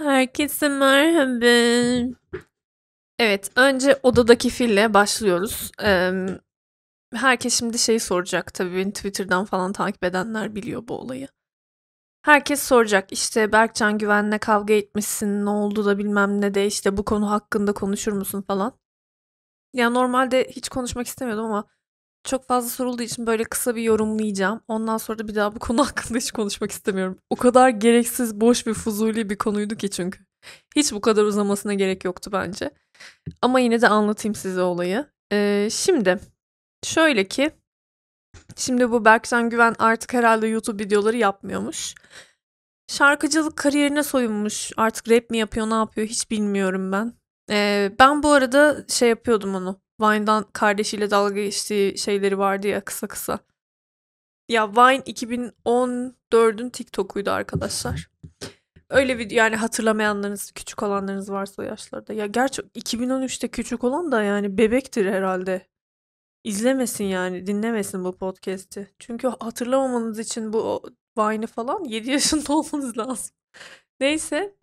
Herkese merhaba. Evet, önce odadaki fille başlıyoruz. Herkes şimdi şey soracak tabii beni Twitter'dan falan takip edenler biliyor bu olayı. Herkes soracak işte Berkcan Güven'le kavga etmişsin, ne oldu da bilmem ne de işte bu konu hakkında konuşur musun falan. Ya normalde hiç konuşmak istemiyordum ama çok fazla sorulduğu için böyle kısa bir yorumlayacağım. Ondan sonra da bir daha bu konu hakkında hiç konuşmak istemiyorum. O kadar gereksiz, boş ve fuzuli bir konuydu ki çünkü. Hiç bu kadar uzamasına gerek yoktu bence. Ama yine de anlatayım size olayı. Şimdi şöyle ki şimdi bu Berkcan Güven artık herhalde YouTube videoları yapmıyormuş. Şarkıcılık kariyerine soyunmuş. Artık rap mi yapıyor, ne yapıyor hiç bilmiyorum ben. Ben bu arada şey yapıyordum onu. Vine'dan kardeşiyle dalga geçtiği şeyleri vardı ya kısa kısa. Ya Vine 2014'ün TikTok'uydu arkadaşlar. Öyle video yani hatırlamayanlarınız, küçük olanlarınız varsa o yaşlarda. Ya gerçi 2013'te küçük olan da yani bebektir herhalde. İzlemesin yani, dinlemesin bu podcast'i. Çünkü hatırlamamanız için bu Vine'ı falan 7 yaşında olmanız lazım. Neyse,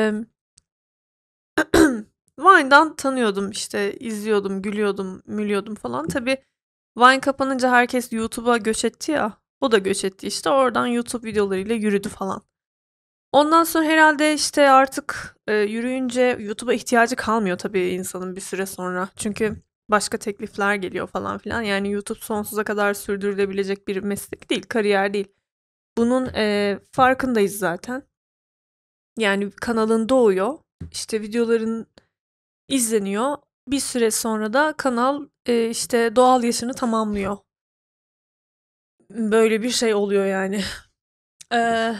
Vine'dan tanıyordum işte, izliyordum, gülüyordum, mülüyordum falan. Tabii Vine kapanınca herkes YouTube'a göç etti ya. O da göç etti işte. Oradan YouTube videolarıyla yürüdü falan. Ondan sonra herhalde işte artık yürüyünce YouTube'a ihtiyacı kalmıyor tabii insanın bir süre sonra. Çünkü başka teklifler geliyor falan filan. Yani YouTube sonsuza kadar sürdürülebilecek bir meslek değil, kariyer değil. Bunun farkındayız zaten. Yani kanalın doğuyor, işte videoların izleniyor. Bir süre sonra da kanal işte doğal yaşını tamamlıyor. Böyle bir şey oluyor yani. E,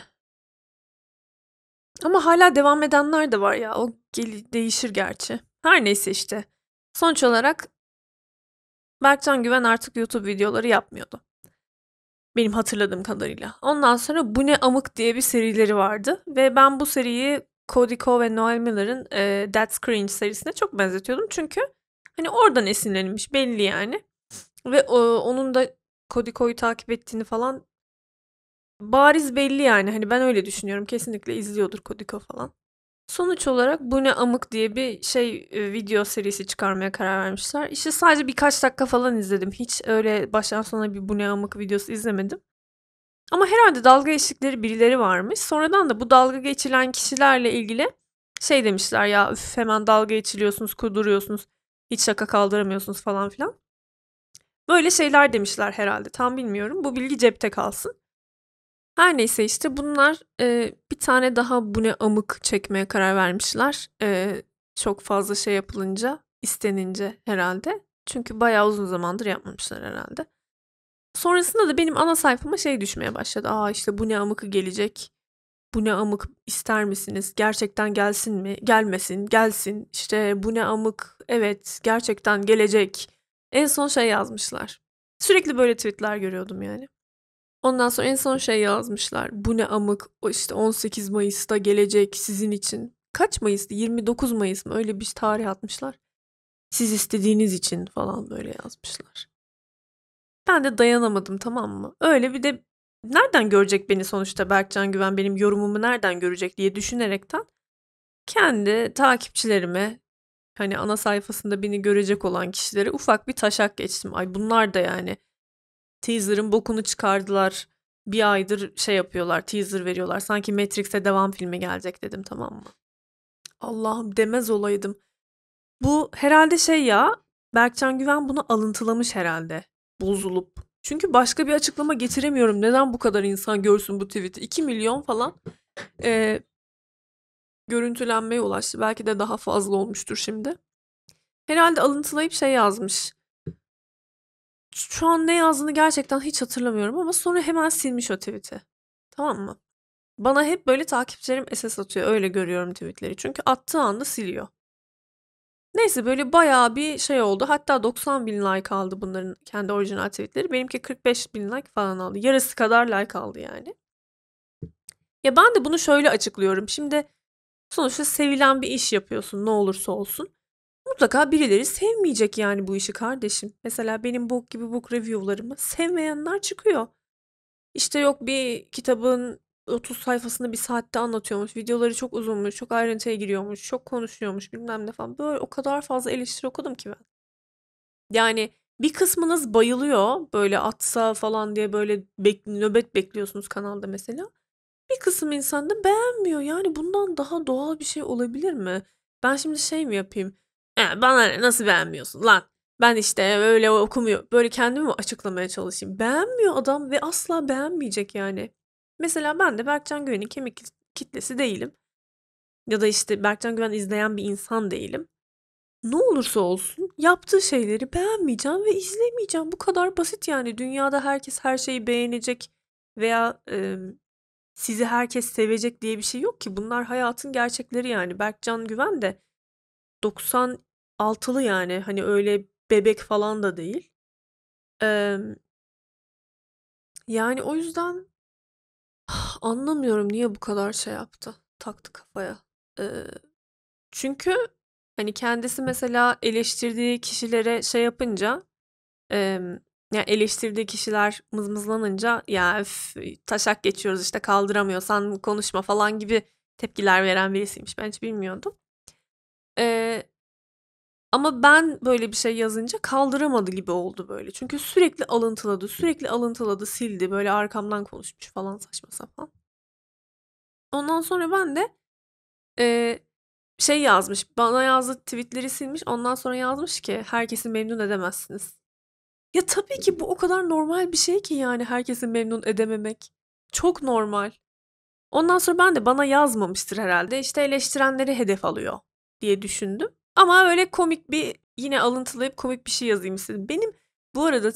Ama hala devam edenler de var ya. O değişir gerçi. Her neyse işte. Sonuç olarak Berkcan Güven artık YouTube videoları yapmıyordu. Benim hatırladığım kadarıyla. Ondan sonra Bu Ne Amık diye bir serileri vardı. Ve ben bu seriyi Cody Ko ve Noel Miller'ın That's Cringe serisine çok benzetiyordum. Çünkü hani oradan esinlenilmiş belli yani. Ve onun da Cody Ko'yu takip ettiğini falan bariz belli yani. Hani ben öyle düşünüyorum. Kesinlikle izliyordur Cody Ko falan. Sonuç olarak Bu Ne Amık diye bir şey video serisi çıkarmaya karar vermişler. İşte sadece birkaç dakika falan izledim. Hiç öyle baştan sona bir Bu Ne Amık videosu izlemedim. Ama herhalde dalga geçtikleri birileri varmış. Sonradan da bu dalga geçilen kişilerle ilgili şey demişler ya üf hemen dalga geçiliyorsunuz, kuduruyorsunuz, hiç şaka kaldıramıyorsunuz falan filan. Böyle şeyler demişler herhalde. Tam bilmiyorum. Bu bilgi cepte kalsın. Her neyse işte bunlar bir tane daha Bu Ne Amık çekmeye karar vermişler. Çok fazla şey yapılınca, istenince herhalde. Çünkü bayağı uzun zamandır yapmamışlar herhalde. Sonrasında da benim ana sayfama şey düşmeye başladı. Aa işte Bu Ne Amık'ı gelecek. Bu Ne Amık ister misiniz? Gerçekten gelsin mi? Gelmesin, gelsin. İşte Bu Ne Amık evet gerçekten gelecek. En son şey yazmışlar. Sürekli böyle tweetler görüyordum yani. Ondan sonra en son şey yazmışlar. Bu ne amık o işte 18 Mayıs'ta gelecek sizin için. Kaç Mayıs'tı? 29 Mayıs mı? Öyle bir tarih atmışlar. Siz istediğiniz için falan böyle yazmışlar. Ben de dayanamadım tamam mı? Öyle bir de nereden görecek beni sonuçta Berkcan Güven benim yorumumu nereden görecek diye düşünerekten kendi takipçilerime hani ana sayfasında beni görecek olan kişilere ufak bir taşak geçtim. Ay bunlar da yani teaser'ın bokunu çıkardılar. Bir aydır şey yapıyorlar, teaser veriyorlar. Sanki Matrix'e devam filmi gelecek dedim tamam mı? Allah'ım demez olaydım. Bu herhalde şey ya, Berkcan Güven bunu alıntılamış herhalde. Bozulup. Çünkü başka bir açıklama getiremiyorum. Neden bu kadar insan görsün bu tweet'i? 2 milyon falan eee, görüntülenmeye ulaştı. Belki de daha fazla olmuştur şimdi. Herhalde alıntılayıp şey yazmış. Şu an ne yazdığını gerçekten hiç hatırlamıyorum ama sonra hemen silmiş o tweet'i. Tamam mı? Bana hep böyle takipçilerim SS atıyor. Öyle görüyorum tweetleri. Çünkü attığı anda siliyor. Neyse böyle bayağı bir şey oldu. Hatta 90 bin like aldı bunların kendi orijinal tweetleri. Benimki 45 bin like falan aldı. Yarısı kadar like aldı yani. Ya ben de bunu şöyle açıklıyorum. Şimdi sonuçta sevilen bir iş yapıyorsun ne olursa olsun. Mutlaka birileri sevmeyecek yani bu işi kardeşim. Mesela benim bok gibi book review'larımı sevmeyenler çıkıyor. İşte yok bir kitabın 30 sayfasını bir saatte anlatıyormuş. Videoları çok uzunmuş, çok ayrıntıya giriyormuş, çok konuşuyormuş bilmem ne falan. Böyle o kadar fazla eleştiri okudum ki ben. Yani bir kısmınız bayılıyor böyle atsa falan diye böyle nöbet bekliyorsunuz kanalda mesela. Bir kısım insan da beğenmiyor. Yani bundan daha doğal bir şey olabilir mi? Ben şimdi şey mi yapayım? Bana ne, nasıl beğenmiyorsun lan? Ben işte öyle okumuyor. Böyle kendimi mi açıklamaya çalışayım? Beğenmiyor adam ve asla beğenmeyecek yani. Mesela ben de Berkcan Güven'in kemik kitlesi değilim. Ya da işte Berkcan Güven izleyen bir insan değilim. Ne olursa olsun yaptığı şeyleri beğenmeyeceğim ve izlemeyeceğim. Bu kadar basit yani. Dünyada herkes her şeyi beğenecek veya sizi herkes sevecek diye bir şey yok ki. Bunlar hayatın gerçekleri yani. Berkcan Güven de 96'lı yani. Hani öyle bebek falan da değil. Emm, Yani o yüzden anlamıyorum niye bu kadar şey yaptı, taktı kafaya. Eee, Çünkü hani kendisi mesela eleştirdiği kişilere şey yapınca, emm, ya eleştirdiği kişiler mızmızlanınca ya üf, taşak geçiyoruz işte kaldıramıyorsan konuşma falan gibi tepkiler veren birisiymiş. Ben hiç bilmiyordum. Eee, Ama ben böyle bir şey yazınca kaldıramadı gibi oldu böyle. Çünkü sürekli alıntıladı, sürekli alıntıladı, sildi. Böyle arkamdan konuşmuş falan saçma sapan. Ondan sonra ben de eee, şey yazmış. Bana yazdığı tweetleri silmiş. Ondan sonra yazmış ki herkesi memnun edemezsiniz. Ya tabii ki bu o kadar normal bir şey ki yani herkesi memnun edememek. Çok normal. Ondan sonra ben de bana yazmamıştır herhalde. İşte eleştirenleri hedef alıyor diye düşündüm. Ama öyle komik bir yine alıntılayıp komik bir şey yazayım istedim. Benim bu arada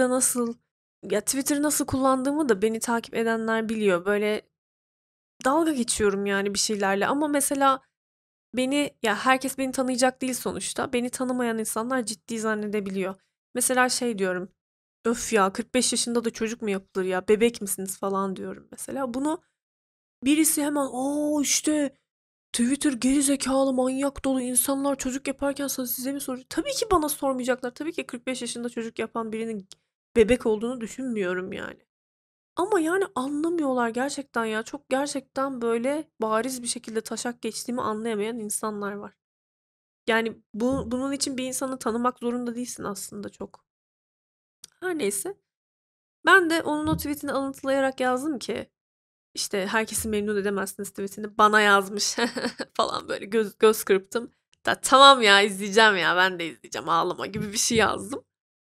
Twitter'ı nasıl kullandığımı da beni takip edenler biliyor. Böyle dalga geçiyorum yani bir şeylerle ama mesela ya herkes beni tanıyacak değil sonuçta. Beni tanımayan insanlar ciddi zannedebiliyor. Mesela şey diyorum. Öf ya 45 yaşında da çocuk mu yapılır ya? Bebek misiniz falan diyorum mesela. Bunu birisi hemen işte Twitter geri zekalı manyak dolu insanlar çocuk yaparken size mi soruyor? Tabii ki bana sormayacaklar. Tabii ki 45 yaşında çocuk yapan birinin bebek olduğunu düşünmüyorum yani. Ama yani anlamıyorlar gerçekten ya. Çok gerçekten böyle bariz bir şekilde taşak geçtiğimi anlayamayan insanlar var. Yani bunun için bir insanı tanımak zorunda değilsin aslında çok. Her neyse. Ben de onun o tweetini alıntılayarak yazdım ki işte herkesi memnun edemezsiniz tweetini bana yazmış falan böyle göz kırptım. Tamam ya izleyeceğim ya ben de izleyeceğim ağlama gibi bir şey yazdım.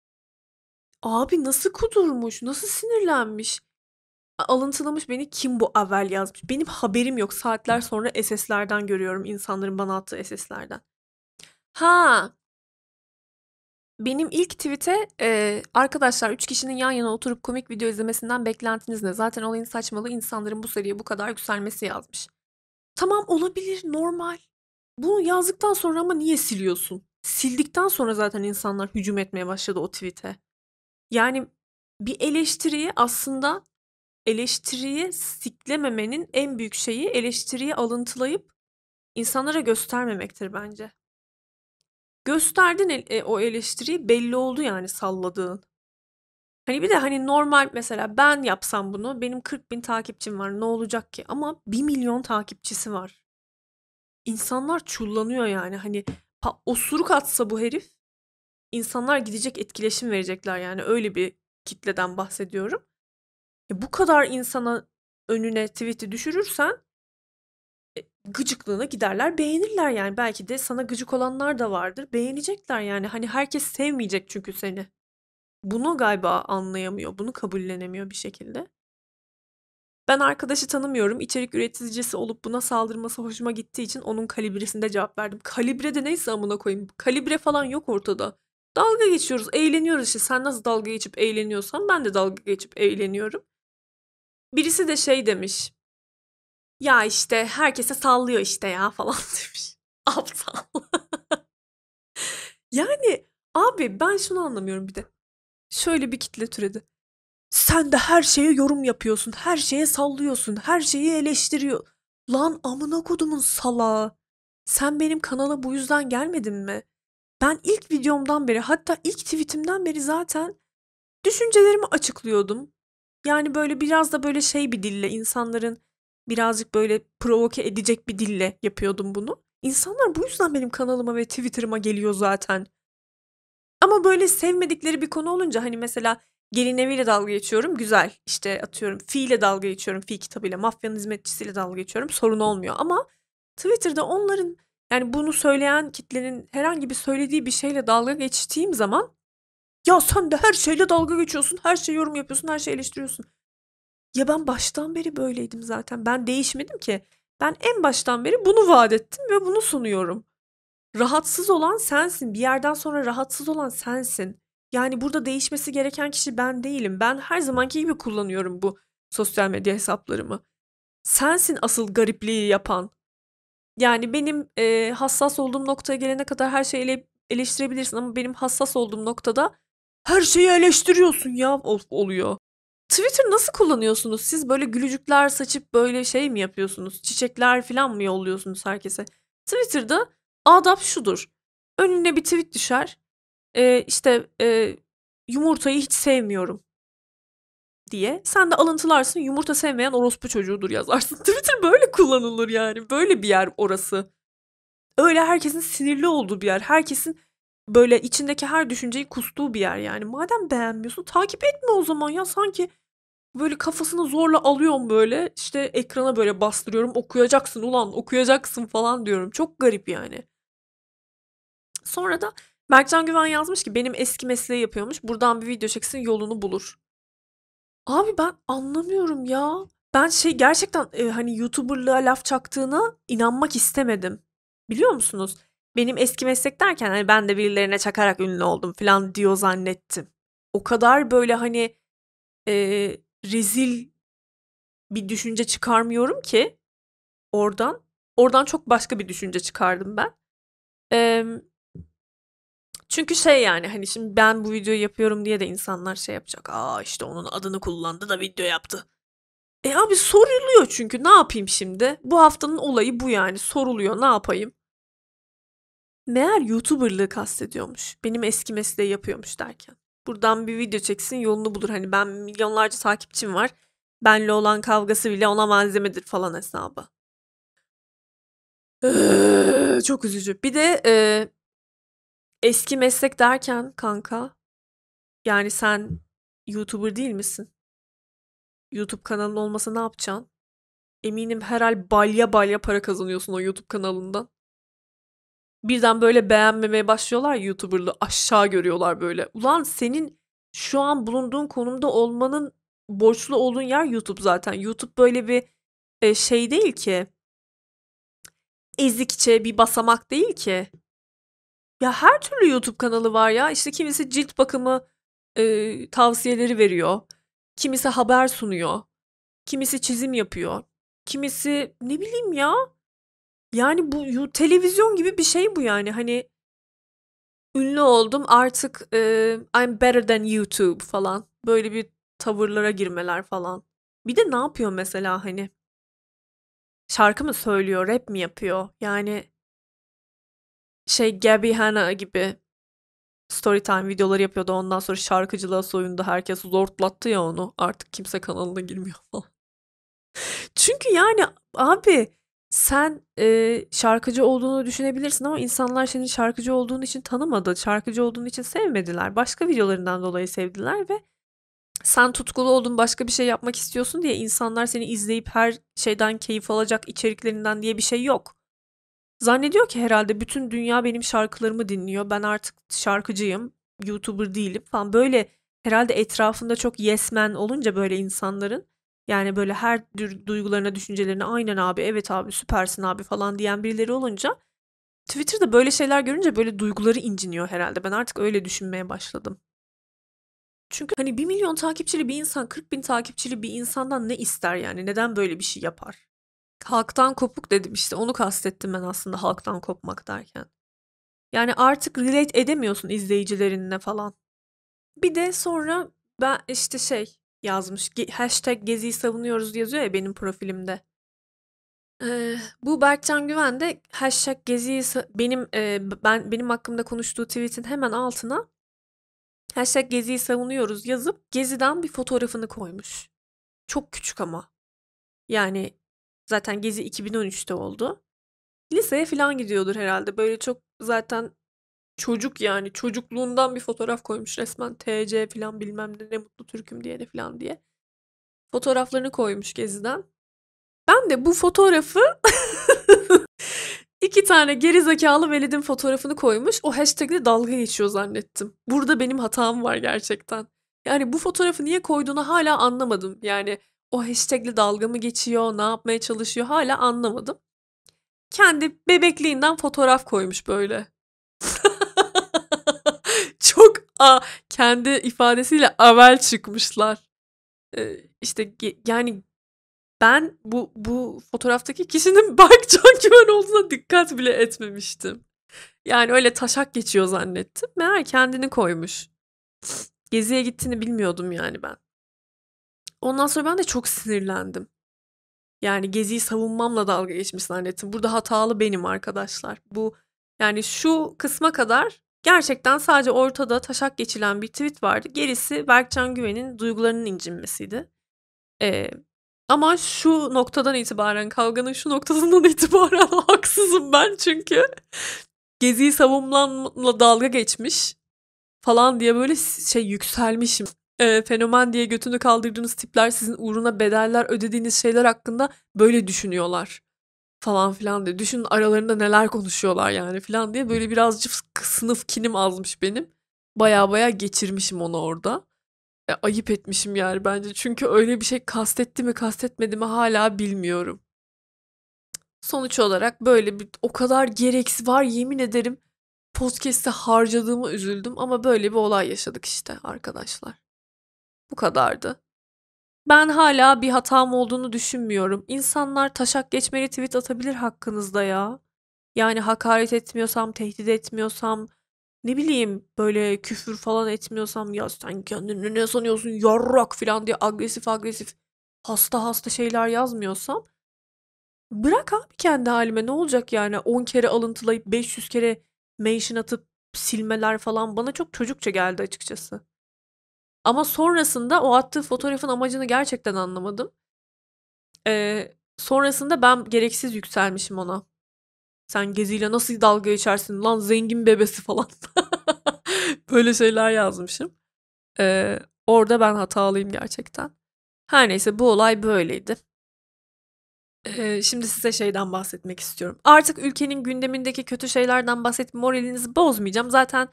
Abi nasıl kudurmuş, nasıl sinirlenmiş. Alıntılamış beni kim bu Avel yazmış. Benim haberim yok. Saatler sonra SS'lerden görüyorum insanların bana attığı SS'lerden. Ha, benim ilk tweet'e arkadaşlar 3 kişinin yan yana oturup komik video izlemesinden beklentiniz ne? Zaten olayın saçmalığı insanların bu seriye bu kadar yükselmesi yazmış. Tamam olabilir normal. Bunu yazdıktan sonra ama niye siliyorsun? Sildikten sonra zaten insanlar hücum etmeye başladı o tweet'e. Yani bir eleştiriyi siklememenin en büyük şeyi eleştiriyi alıntılayıp insanlara göstermemektir bence. Gösterdin o eleştiriyi belli oldu yani salladığın. Hani bir de hani normal mesela ben yapsam bunu benim 40 bin takipçim var ne olacak ki? Ama 1 milyon takipçisi var. İnsanlar çullanıyor yani hani osuruk atsa bu herif insanlar gidecek etkileşim verecekler yani öyle bir kitleden bahsediyorum. Bu kadar insana önüne tweet'i düşürürsen gıcıklığına giderler beğenirler yani. Belki de sana gıcık olanlar da vardır. Beğenecekler yani. Hani herkes sevmeyecek çünkü seni. Bunu galiba anlayamıyor. Bunu kabullenemiyor bir şekilde. Ben arkadaşı tanımıyorum. İçerik üreticisi olup buna saldırması hoşuma gittiği için onun kalibresinde cevap verdim. Kalibre de neyse amına koyayım. Kalibre falan yok ortada. Dalga geçiyoruz, eğleniyoruz işte. Sen nasıl dalga geçip eğleniyorsan ben de dalga geçip eğleniyorum. Birisi de şey demiş. Ya işte herkese sallıyor işte ya falan demiş. Aptal. Yani abi ben şunu anlamıyorum bir de. Şöyle bir kitle türedi. Sen de her şeye yorum yapıyorsun. Her şeye sallıyorsun. Her şeyi eleştiriyor. Lan amına kodumun salağı. Sen benim kanala bu yüzden gelmedin mi? Ben ilk videomdan beri hatta ilk tweetimden beri zaten düşüncelerimi açıklıyordum. Yani böyle biraz da böyle şey bir dille insanların birazcık böyle provoke edecek bir dille yapıyordum bunu. İnsanlar bu yüzden benim kanalıma ve Twitter'ıma geliyor zaten. Ama böyle sevmedikleri bir konu olunca hani mesela Gelin Evi'yle dalga geçiyorum, güzel. İşte atıyorum Fi'yle dalga geçiyorum, Fi kitabıyla, Mafyanın Hizmetçisiyle dalga geçiyorum, sorun olmuyor. Ama Twitter'da onların yani bunu söyleyen kitlenin herhangi bir söylediği bir şeyle dalga geçtiğim zaman ya sen de her şeyle dalga geçiyorsun, her şeye yorum yapıyorsun, her şeyi eleştiriyorsun. Ya ben baştan beri böyleydim zaten. Ben değişmedim ki. Ben en baştan beri bunu vaat ettim ve bunu sunuyorum. Rahatsız olan sensin. Bir yerden sonra rahatsız olan sensin. Yani burada değişmesi gereken kişi ben değilim. Ben her zamanki gibi kullanıyorum bu sosyal medya hesaplarımı. Sensin asıl garipliği yapan. Yani benim hassas olduğum noktaya gelene kadar her şeyi eleştirebilirsin ama benim hassas olduğum noktada her şeyi eleştiriyorsun ya oluyor. Twitter nasıl kullanıyorsunuz? Siz böyle gülücükler saçıp böyle şey mi yapıyorsunuz? Çiçekler falan mı yolluyorsunuz herkese? Twitter'da adab şudur. Önüne bir tweet düşer. İşte yumurtayı hiç sevmiyorum diye. Sen de alıntılarsın, yumurta sevmeyen orospu çocuğudur yazarsın. Twitter böyle kullanılır yani. Böyle bir yer orası. Öyle herkesin sinirli olduğu bir yer. Herkesin böyle içindeki her düşünceyi kustuğu bir yer yani. Madem beğenmiyorsun takip etme o zaman ya. Sanki böyle kafasını zorla alıyorum böyle. İşte ekrana böyle bastırıyorum. Okuyacaksın ulan, okuyacaksın falan diyorum. Çok garip yani. Sonra da Berkcan Güven yazmış ki benim eski mesleği yapıyormuş. Buradan bir video çeksin yolunu bulur. Abi ben anlamıyorum ya. Ben gerçekten hani YouTuber'lığa laf çaktığına inanmak istemedim. Biliyor musunuz? Benim eski meslek derken hani ben de birilerine çakarak ünlü oldum falan diyor zannettim. O kadar böyle hani e, rezil bir düşünce çıkarmıyorum ki oradan. Oradan çok başka bir düşünce çıkardım ben. Çünkü yani hani şimdi ben bu videoyu yapıyorum diye de insanlar şey yapacak. Aa işte onun adını kullandı da video yaptı. Abi soruluyor çünkü ne yapayım şimdi? Bu haftanın olayı bu yani soruluyor ne yapayım? Meğer YouTuber'lığı kastediyormuş. Benim eski mesleği yapıyormuş derken. Buradan bir video çeksin yolunu bulur. Hani ben milyonlarca takipçim var. Benle olan kavgası bile ona malzemedir falan hesabı. Çok üzücü. Bir de eski meslek derken kanka yani sen YouTuber değil misin? YouTube kanalın olmasa ne yapacaksın? Eminim herhal balya balya para kazanıyorsun o YouTube kanalından. Birden böyle beğenmemeye başlıyorlar ya YouTuber'lığı aşağı görüyorlar böyle. Ulan senin şu an bulunduğun konumda olmanın borçlu olduğun yer YouTube zaten. YouTube böyle bir şey değil ki. Ezikçe bir basamak değil ki. Ya her türlü YouTube kanalı var ya. İşte kimisi cilt bakımı tavsiyeleri veriyor. Kimisi haber sunuyor. Kimisi çizim yapıyor. Kimisi ne bileyim ya. Yani bu televizyon gibi bir şey bu yani. Hani ünlü oldum artık I'm better than YouTube falan. Böyle bir tavırlara girmeler falan. Bir de ne yapıyor mesela hani? Şarkı mı söylüyor, rap mi yapıyor? Yani Gabby Hanna gibi Storytime videoları yapıyordu. Ondan sonra şarkıcılığa soyundu. Herkes zortlattı ya onu. Artık kimse kanalına girmiyor falan. Çünkü yani abi sen şarkıcı olduğunu düşünebilirsin ama insanlar senin şarkıcı olduğun için tanımadı. Şarkıcı olduğun için sevmediler. Başka videolarından dolayı sevdiler ve sen tutkulu oldun başka bir şey yapmak istiyorsun diye insanlar seni izleyip her şeyden keyif alacak içeriklerinden diye bir şey yok. Zannediyor ki herhalde bütün dünya benim şarkılarımı dinliyor. Ben artık şarkıcıyım, YouTuber değilim falan. Böyle herhalde etrafında çok yes man olunca böyle insanların yani böyle her duygularına, düşüncelerine aynen abi, evet abi, süpersin abi falan diyen birileri olunca Twitter'da böyle şeyler görünce böyle duyguları inciniyor herhalde. Ben artık öyle düşünmeye başladım. Çünkü hani 1 milyon takipçili bir insan 40 bin takipçili bir insandan ne ister yani? Neden böyle bir şey yapar? Halktan kopuk dedim işte onu kastettim ben aslında halktan kopmak derken. Yani artık relate edemiyorsun izleyicilerinle falan. Bir de sonra ben işte yazmış. Hashtag Gezi'yi savunuyoruz yazıyor ya benim profilimde. Bu Berkcan Güven de hashtag Gezi'yi benim hakkımda konuştuğu tweet'in hemen altına hashtag Gezi'yi savunuyoruz yazıp Gezi'den bir fotoğrafını koymuş. Çok küçük ama. Yani Zaten Gezi 2013'te oldu. Liseye falan gidiyordur herhalde. Böyle çok zaten çocuk yani çocukluğundan bir fotoğraf koymuş resmen. TC falan bilmem ne mutlu Türk'üm diyene falan diye. Fotoğraflarını koymuş Gezi'den. Ben de bu fotoğrafı iki tane geri zekalı veledin fotoğrafını koymuş. O hashtag'le dalga geçiyor zannettim. Burada benim hatam var gerçekten. Yani bu fotoğrafı niye koyduğunu hala anlamadım. Yani o hashtag'le dalga mı geçiyor, ne yapmaya çalışıyor hala anlamadım. Kendi bebekliğinden fotoğraf koymuş böyle. Çok kendi ifadesiyle avel çıkmışlar. İşte yani ben bu fotoğraftaki kişinin Berkcan Güven olduğuna dikkat bile etmemiştim. Yani öyle taşak geçiyor zannettim. Meğer kendini koymuş. Geziye gittiğini bilmiyordum yani ben. Ondan sonra ben de çok sinirlendim. Yani Gezi'yi savunmamla dalga geçmiş zannettim. Burada hatalı benim arkadaşlar. Bu yani şu kısma kadar gerçekten sadece ortada taşak geçilen bir tweet vardı. Gerisi Berkcan Güven'in duygularının incinmesiydi. Ee, Ama şu noktadan itibaren, kavganın şu noktasından itibaren haksızım ben çünkü Gezi'yi savunmamla dalga geçmiş falan diye böyle yükselmişim. Fenomen diye götünü kaldırdığınız tipler sizin uğruna bedeller ödediğiniz şeyler hakkında böyle düşünüyorlar falan filan diye. Düşünün aralarında neler konuşuyorlar yani filan diye böyle birazcık sınıf kinim azmış benim. Baya baya geçirmişim onu orada. Ayıp etmişim yani bence. Çünkü öyle bir şey kastetti mi kastetmedi mi hala bilmiyorum. Sonuç olarak böyle bir o kadar gereksiz var yemin ederim podcast'te harcadığımı üzüldüm ama böyle bir olay yaşadık işte arkadaşlar. Bu kadardı. Ben hala bir hatam olduğunu düşünmüyorum. İnsanlar taşak geçmeli tweet atabilir hakkınızda ya. Yani hakaret etmiyorsam, tehdit etmiyorsam, ne bileyim böyle küfür falan etmiyorsam ya sen kendini ne sanıyorsun yarrak falan diye agresif agresif hasta hasta şeyler yazmıyorsam bırak abi kendi halime ne olacak yani 10 kere alıntılayıp 500 kere mention atıp silmeler falan bana çok çocukça geldi açıkçası. Ama sonrasında o attığı fotoğrafın amacını gerçekten anlamadım. Sonrasında ben gereksiz yükselmişim ona. Sen Gezi'yle nasıl dalga geçersin lan zengin bebesi falan. Böyle şeyler yazmışım. Orada ben hatalıyım gerçekten. Her neyse bu olay böyleydi. Şimdi size şeyden bahsetmek istiyorum. Artık ülkenin gündemindeki kötü şeylerden bahsedip moralinizi bozmayacağım. Zaten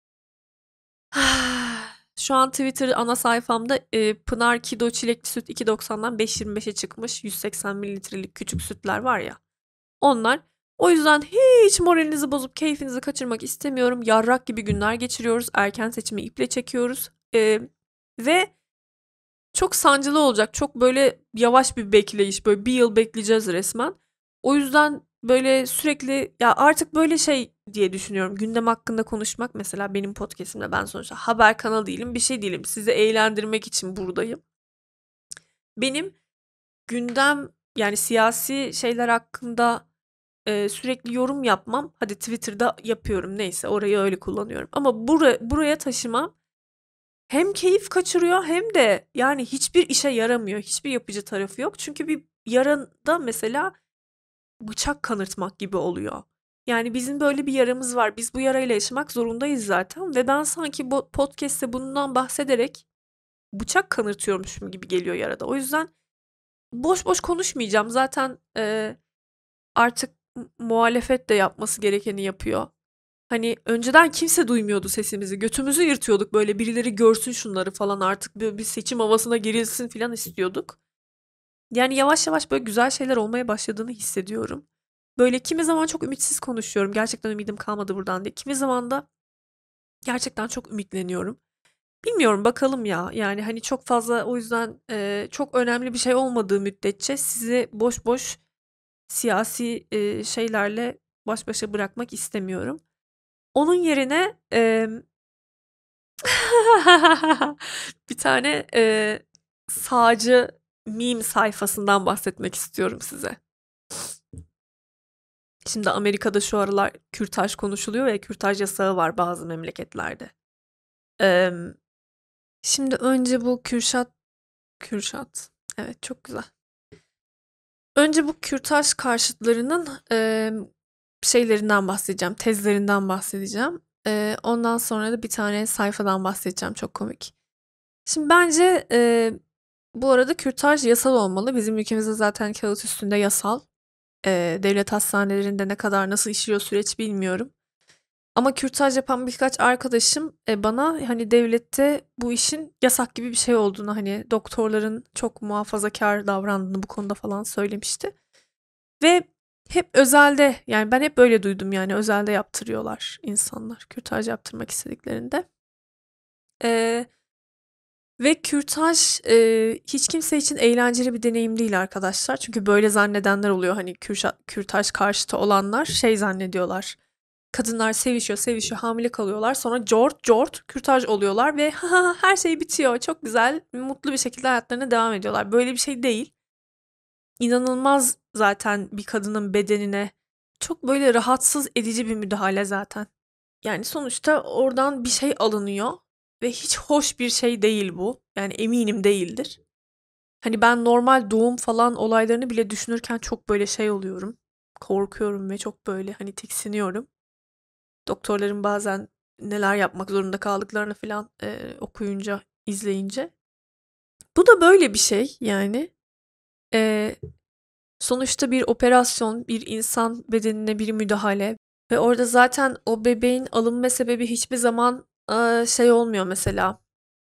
şu an Twitter ana sayfamda Pınar Kido çilekli süt 2.90'dan 5.25'e çıkmış. 180 mililitrelik küçük sütler var ya. Onlar. O yüzden hiç moralinizi bozup keyfinizi kaçırmak istemiyorum. Yarrak gibi günler geçiriyoruz. Erken seçimi iple çekiyoruz. Ve çok sancılı olacak. Çok böyle yavaş bir bekleyiş. Böyle bir yıl bekleyeceğiz resmen. O yüzden böyle sürekli ya artık böyle şey diye düşünüyorum. Gündem hakkında konuşmak mesela benim podcast'imde ben sonuçta haber kanalı değilim, bir şey değilim. Sizi eğlendirmek için buradayım. Benim gündem yani siyasi şeyler hakkında sürekli yorum yapmam. Hadi Twitter'da yapıyorum neyse orayı öyle kullanıyorum. Ama buraya taşımam hem keyif kaçırıyor hem de yani hiçbir işe yaramıyor. Hiçbir yapıcı tarafı yok. Çünkü bir yaranda mesela bıçak kanırtmak gibi oluyor. Yani bizim böyle bir yaramız var. Biz bu yarayla yaşamak zorundayız zaten ve ben sanki bu podcast'te bundan bahsederek bıçak kanırtıyormuşum gibi geliyor yarada. O yüzden boş boş konuşmayacağım. Zaten artık muhalefet de yapması gerekeni yapıyor. Hani önceden kimse duymuyordu sesimizi. Götümüzü yırtıyorduk böyle birileri görsün şunları falan artık bir seçim havasına girilsin falan istiyorduk. Yani yavaş yavaş böyle güzel şeyler olmaya başladığını hissediyorum. Böyle kimi zaman çok ümitsiz konuşuyorum. Gerçekten ümidim kalmadı buradan diye. Kimi zaman da gerçekten çok ümitleniyorum. Bilmiyorum bakalım ya. Yani hani çok fazla o yüzden çok önemli bir şey olmadığı müddetçe sizi boş boş siyasi şeylerle baş başa bırakmak istemiyorum. Onun yerine bir tane sağcı meme sayfasından bahsetmek istiyorum size. Şimdi Amerika'da şu aralar kürtaj konuşuluyor ya kürtaj yasağı var bazı memleketlerde. Emm, Şimdi önce bu Kürşat evet çok güzel. Önce bu kürtaj karşıtlarının şeylerinden bahsedeceğim, tezlerinden bahsedeceğim. Ondan sonra da bir tane sayfadan bahsedeceğim, çok komik. Şimdi bence bu arada kürtaj yasal olmalı. Bizim ülkemizde zaten kağıt üstünde yasal. Devlet hastanelerinde ne kadar nasıl işliyor süreç bilmiyorum. Ama kürtaj yapan birkaç arkadaşım bana hani devlette bu işin yasak gibi bir şey olduğunu, hani doktorların çok muhafazakar davrandığını bu konuda falan söylemişti. Ve hep özelde, yani ben hep böyle duydum, yani özelde yaptırıyorlar insanlar kürtaj yaptırmak istediklerinde. Ee, Ve kürtaj hiç kimse için eğlenceli bir deneyim değil arkadaşlar. Çünkü böyle zannedenler oluyor, hani kürtaj karşıtı olanlar şey zannediyorlar. Kadınlar sevişiyor, sevişiyor, hamile kalıyorlar. Sonra cort cort kürtaj oluyorlar ve her şey bitiyor. Çok güzel, mutlu bir şekilde hayatlarına devam ediyorlar. Böyle bir şey değil. İnanılmaz zaten bir kadının bedenine. Çok böyle rahatsız edici bir müdahale zaten. Yani sonuçta oradan bir şey alınıyor ve hiç hoş bir şey değil bu. Yani eminim değildir. Hani ben normal doğum falan olaylarını bile düşünürken çok böyle şey oluyorum. Korkuyorum ve çok böyle hani tiksiniyorum. Doktorların bazen neler yapmak zorunda kaldıklarını falan okuyunca, izleyince. Bu da böyle bir şey yani. E, Sonuçta bir operasyon, bir insan bedenine bir müdahale ve orada zaten o bebeğin alınma sebebi hiçbir zaman şey olmuyor mesela.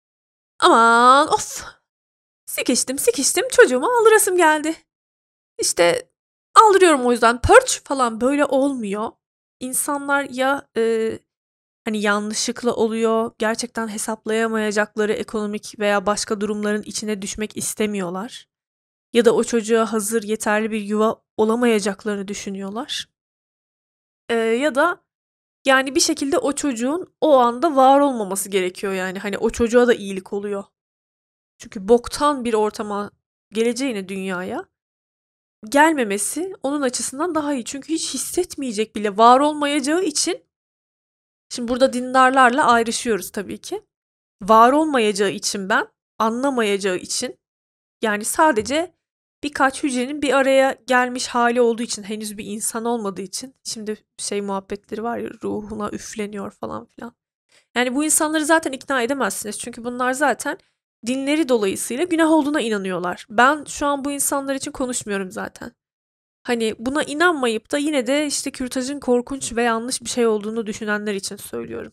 Aman of, sikiştim çocuğumu aldırasım geldi. İşte aldırıyorum o yüzden pörç falan, böyle olmuyor. İnsanlar ya hani yanlışlıkla oluyor, gerçekten hesaplayamayacakları ekonomik veya başka durumların içine düşmek istemiyorlar. Ya da o çocuğa hazır yeterli bir yuva olamayacaklarını düşünüyorlar. Ya da yani bir şekilde o çocuğun o anda var olmaması gerekiyor yani. Hani o çocuğa da iyilik oluyor. Çünkü boktan bir ortama geleceğine dünyaya gelmemesi onun açısından daha iyi. Çünkü hiç hissetmeyecek bile, var olmayacağı için. Şimdi burada dindarlarla ayrışıyoruz tabii ki. Var olmayacağı için, ben anlamayacağı için, yani sadece birkaç hücrenin bir araya gelmiş hali olduğu için, henüz bir insan olmadığı için, şimdi şey muhabbetleri var ya, ruhuna üfleniyor falan filan. Yani bu insanları zaten ikna edemezsiniz. Çünkü bunlar zaten dinleri dolayısıyla günah olduğuna inanıyorlar. Ben şu an bu insanlar için konuşmuyorum zaten. Hani buna inanmayıp da yine de işte kürtajın korkunç ve yanlış bir şey olduğunu düşünenler için söylüyorum.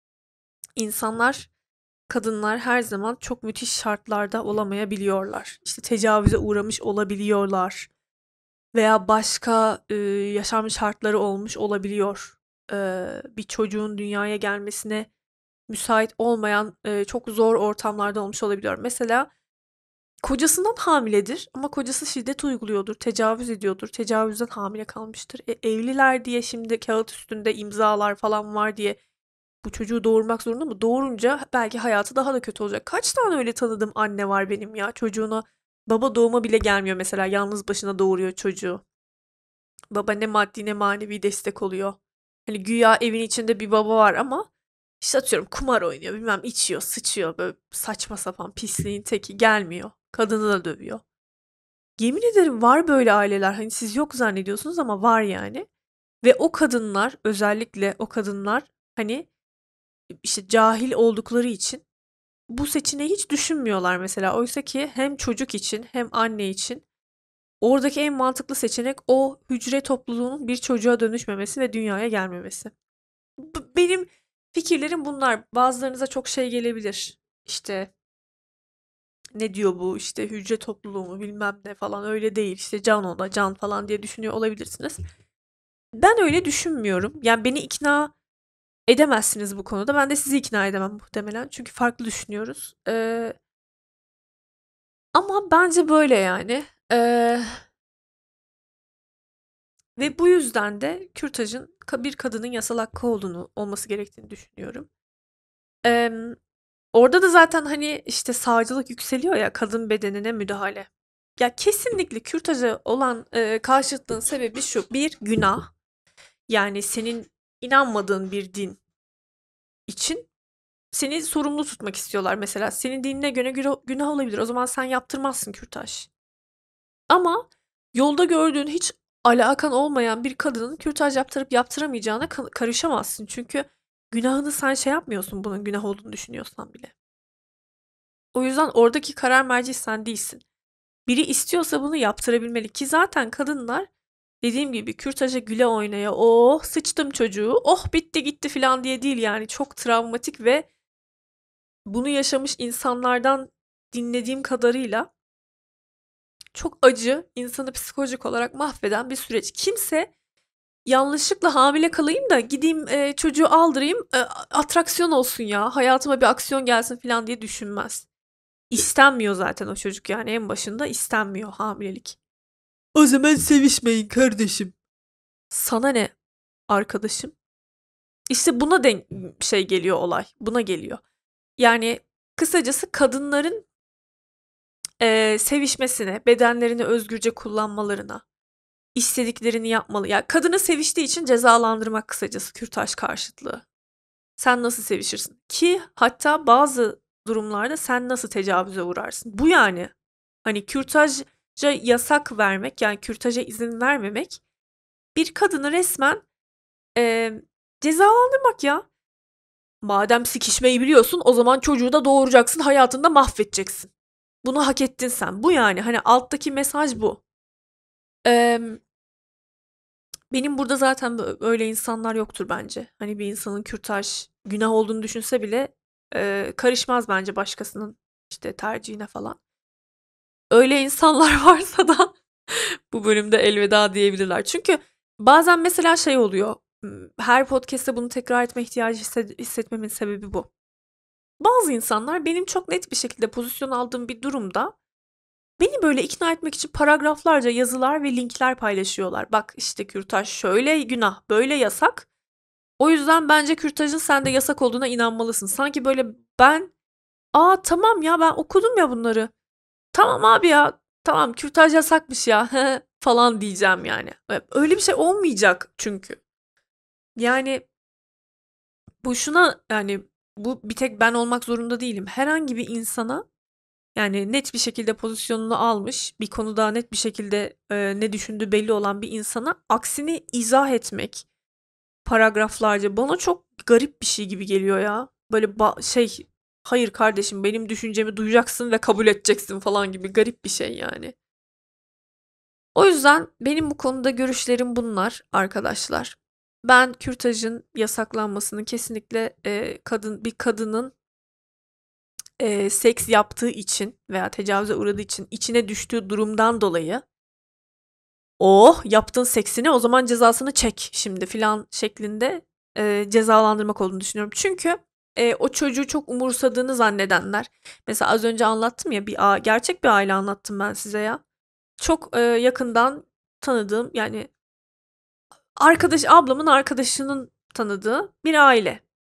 İnsanlar, kadınlar her zaman çok müthiş şartlarda olamayabiliyorlar. İşte tecavüze uğramış olabiliyorlar veya başka yaşam şartları olmuş olabiliyor. Bir çocuğun dünyaya gelmesine müsait olmayan çok zor ortamlarda olmuş olabiliyor. Mesela kocasından hamiledir ama kocası şiddet uyguluyordur, tecavüz ediyordur, tecavüzden hamile kalmıştır. Evliler diye şimdi kağıt üstünde imzalar falan var diye bu çocuğu doğurmak zorunda mı? Doğurunca belki hayatı daha da kötü olacak. Kaç tane öyle tanıdığım anne var benim ya. Çocuğuna baba doğuma bile gelmiyor mesela. Yalnız başına doğuruyor çocuğu. Baba ne maddi ne manevi destek oluyor. Hani güya evin içinde bir baba var ama işte atıyorum kumar oynuyor, bilmem içiyor, sıçıyor, böyle saçma sapan pisliğin teki, gelmiyor. Kadını da dövüyor. Yemin ederim var böyle aileler. Hani siz yok zannediyorsunuz ama var yani. Ve o kadınlar, özellikle o kadınlar, hani işte cahil oldukları için bu seçeneği hiç düşünmüyorlar mesela. Oysa ki hem çocuk için hem anne için oradaki en mantıklı seçenek o hücre topluluğunun bir çocuğa dönüşmemesi ve dünyaya gelmemesi. Benim fikirlerim bunlar. Bazılarınıza çok şey gelebilir. İşte ne diyor bu, işte hücre topluluğu mu bilmem ne falan, öyle değil. İşte can o da can falan diye düşünüyor olabilirsiniz. Ben öyle düşünmüyorum. Yani beni ikna edemezsiniz bu konuda. Ben de sizi ikna edemem muhtemelen. Çünkü farklı düşünüyoruz. Ama bence böyle yani. Ee, Ve bu yüzden de kürtajın bir kadının yasal hakkı olduğunu, olması gerektiğini düşünüyorum. Ee, Orada da zaten hani işte sağcılık yükseliyor ya, kadın bedenine müdahale. Ya kesinlikle kürtaja olan karşıtlığın sebebi şu: bir, günah. Yani senin inanmadığın bir din için seni sorumlu tutmak istiyorlar mesela. Senin dinine göre günah olabilir. O zaman sen yaptırmazsın kürtaj. Ama Yolda gördüğün hiç alakan olmayan bir kadının kürtaj yaptırıp yaptıramayacağına karışamazsın. Çünkü günahını sen şey yapmıyorsun, bunun günah olduğunu düşünüyorsan bile. O yüzden oradaki karar merci sen değilsin. Biri istiyorsa bunu yaptırabilmeli ki zaten kadınlar dediğim gibi kürtaja güle oynaya oh sıçtım çocuğu oh bitti gitti falan diye değil, yani çok travmatik ve bunu yaşamış insanlardan dinlediğim kadarıyla çok acı, insanı psikolojik olarak mahveden bir süreç. Kimse yanlışlıkla hamile kalayım da gideyim çocuğu aldırayım, atraksiyon olsun ya, hayatıma bir aksiyon gelsin falan diye düşünmez. İstenmiyor zaten o çocuk, yani en başında istenmiyor hamilelik. O zaman sevişmeyin kardeşim. Sana ne arkadaşım? İşte buna denk şey geliyor olay. Buna geliyor. Yani kısacası kadınların sevişmesine, bedenlerini özgürce kullanmalarına, istediklerini yapmalı. Ya kadını seviştiği için cezalandırmak kısacası kürtaj karşıtlığı. Sen nasıl sevişirsin? Ki hatta bazı durumlarda sen nasıl tecavüze uğrarsın? Bu yani. Hani kürtaja yasak vermek, yani kürtaja izin vermemek bir kadını resmen cezalandırmak ya. Madem sikişmeyi biliyorsun, o zaman çocuğu da doğuracaksın, hayatını da mahvedeceksin. Bunu hak ettin sen. Bu yani. Hani alttaki mesaj bu. Benim burada zaten öyle insanlar yoktur bence. Hani bir insanın kürtaj günah olduğunu düşünse bile karışmaz bence başkasının işte tercihine falan. Öyle insanlar varsa da bu bölümde elveda diyebilirler. Çünkü bazen mesela şey oluyor. Her podcast'te bunu tekrar etme ihtiyacı hissetmemin sebebi bu. Bazı insanlar benim çok net bir şekilde pozisyon aldığım bir durumda beni böyle ikna etmek için paragraflarca yazılar ve linkler paylaşıyorlar. Bak işte kürtaj şöyle günah, böyle yasak. O yüzden bence kürtajın sende yasak olduğuna inanmalısın. Sanki böyle ben, aa tamam ya ben okudum ya bunları. Tamam abi ya, tamam kürtaj yasakmış ya falan diyeceğim yani. Öyle bir şey olmayacak çünkü. Yani boşuna, yani bu bir tek ben olmak zorunda değilim. Herhangi bir insana, yani net bir şekilde pozisyonunu almış, bir konuda net bir şekilde ne düşündüğü belli olan bir insana aksini izah etmek paragraflarca bana çok garip bir şey gibi geliyor ya. Böyle şey, hayır kardeşim benim düşüncemi duyacaksın ve kabul edeceksin falan gibi garip bir şey yani. O yüzden benim bu konuda görüşlerim bunlar arkadaşlar. Ben kürtajın yasaklanmasını kesinlikle bir kadının seks yaptığı için veya tecavüze uğradığı için içine düştüğü durumdan dolayı oh yaptığın seksini o zaman cezasını çek şimdi filan şeklinde cezalandırmak olduğunu düşünüyorum. Çünkü o çocuğu çok umursadığını zannedenler. Mesela az önce anlattım ya, gerçek bir aile anlattım ben size ya. Çok yakından tanıdığım, yani ablamın arkadaşının tanıdığı bir aile.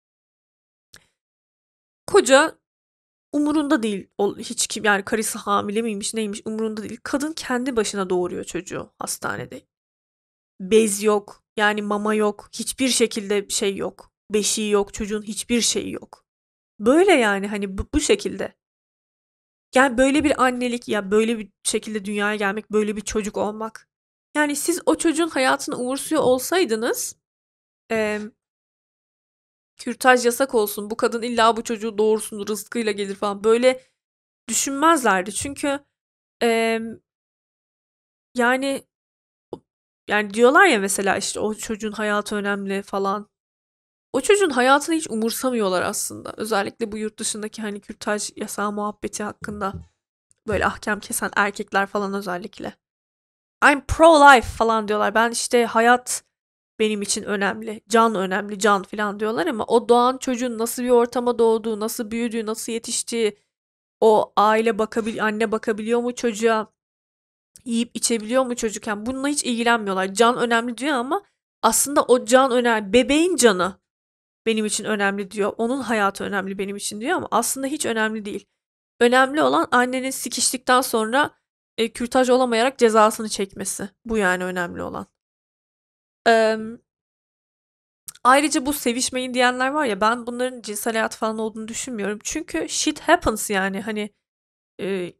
Koca umurunda değil, hiç kim, yani karısı hamile miymiş neymiş umurunda değil. Kadın kendi başına doğuruyor çocuğu hastanede. Bez yok, yani mama yok, hiçbir şekilde şey yok. Beşiği yok, çocuğun hiçbir şeyi yok. Böyle yani, hani bu şekilde. Yani böyle bir annelik, ya böyle bir şekilde dünyaya gelmek, böyle bir çocuk olmak. Yani siz o çocuğun hayatını umursuyor olsaydınız, eee, kürtaj yasak olsun, bu kadın illa bu çocuğu doğursun, rızkıyla gelir falan böyle düşünmezlerdi. Çünkü eee, yani yani diyorlar ya mesela işte o çocuğun hayatı önemli falan. O çocuğun hayatını hiç umursamıyorlar aslında. Özellikle bu yurt dışındaki hani kürtaj yasağı muhabbeti hakkında böyle ahkam kesen erkekler falan özellikle. I'm pro-life falan diyorlar. Ben işte hayat benim için önemli. Can önemli, can falan diyorlar ama o doğan çocuğun nasıl bir ortama doğduğu, nasıl büyüdüğü, nasıl yetiştiği, o anne bakabiliyor mu çocuğa, yiyip içebiliyor mu çocukken, bununla hiç ilgilenmiyorlar. Can önemli diyor ama aslında o can önemli. Bebeğin canı benim için önemli diyor. Onun hayatı önemli benim için diyor ama aslında hiç önemli değil. Önemli olan annenin sikiştikten sonra kürtaj olamayarak cezasını çekmesi. Bu yani önemli olan. Eee, Ayrıca bu sevişmeyin diyenler var ya, ben bunların cinsel hayat falan olduğunu düşünmüyorum. Çünkü shit happens yani, hani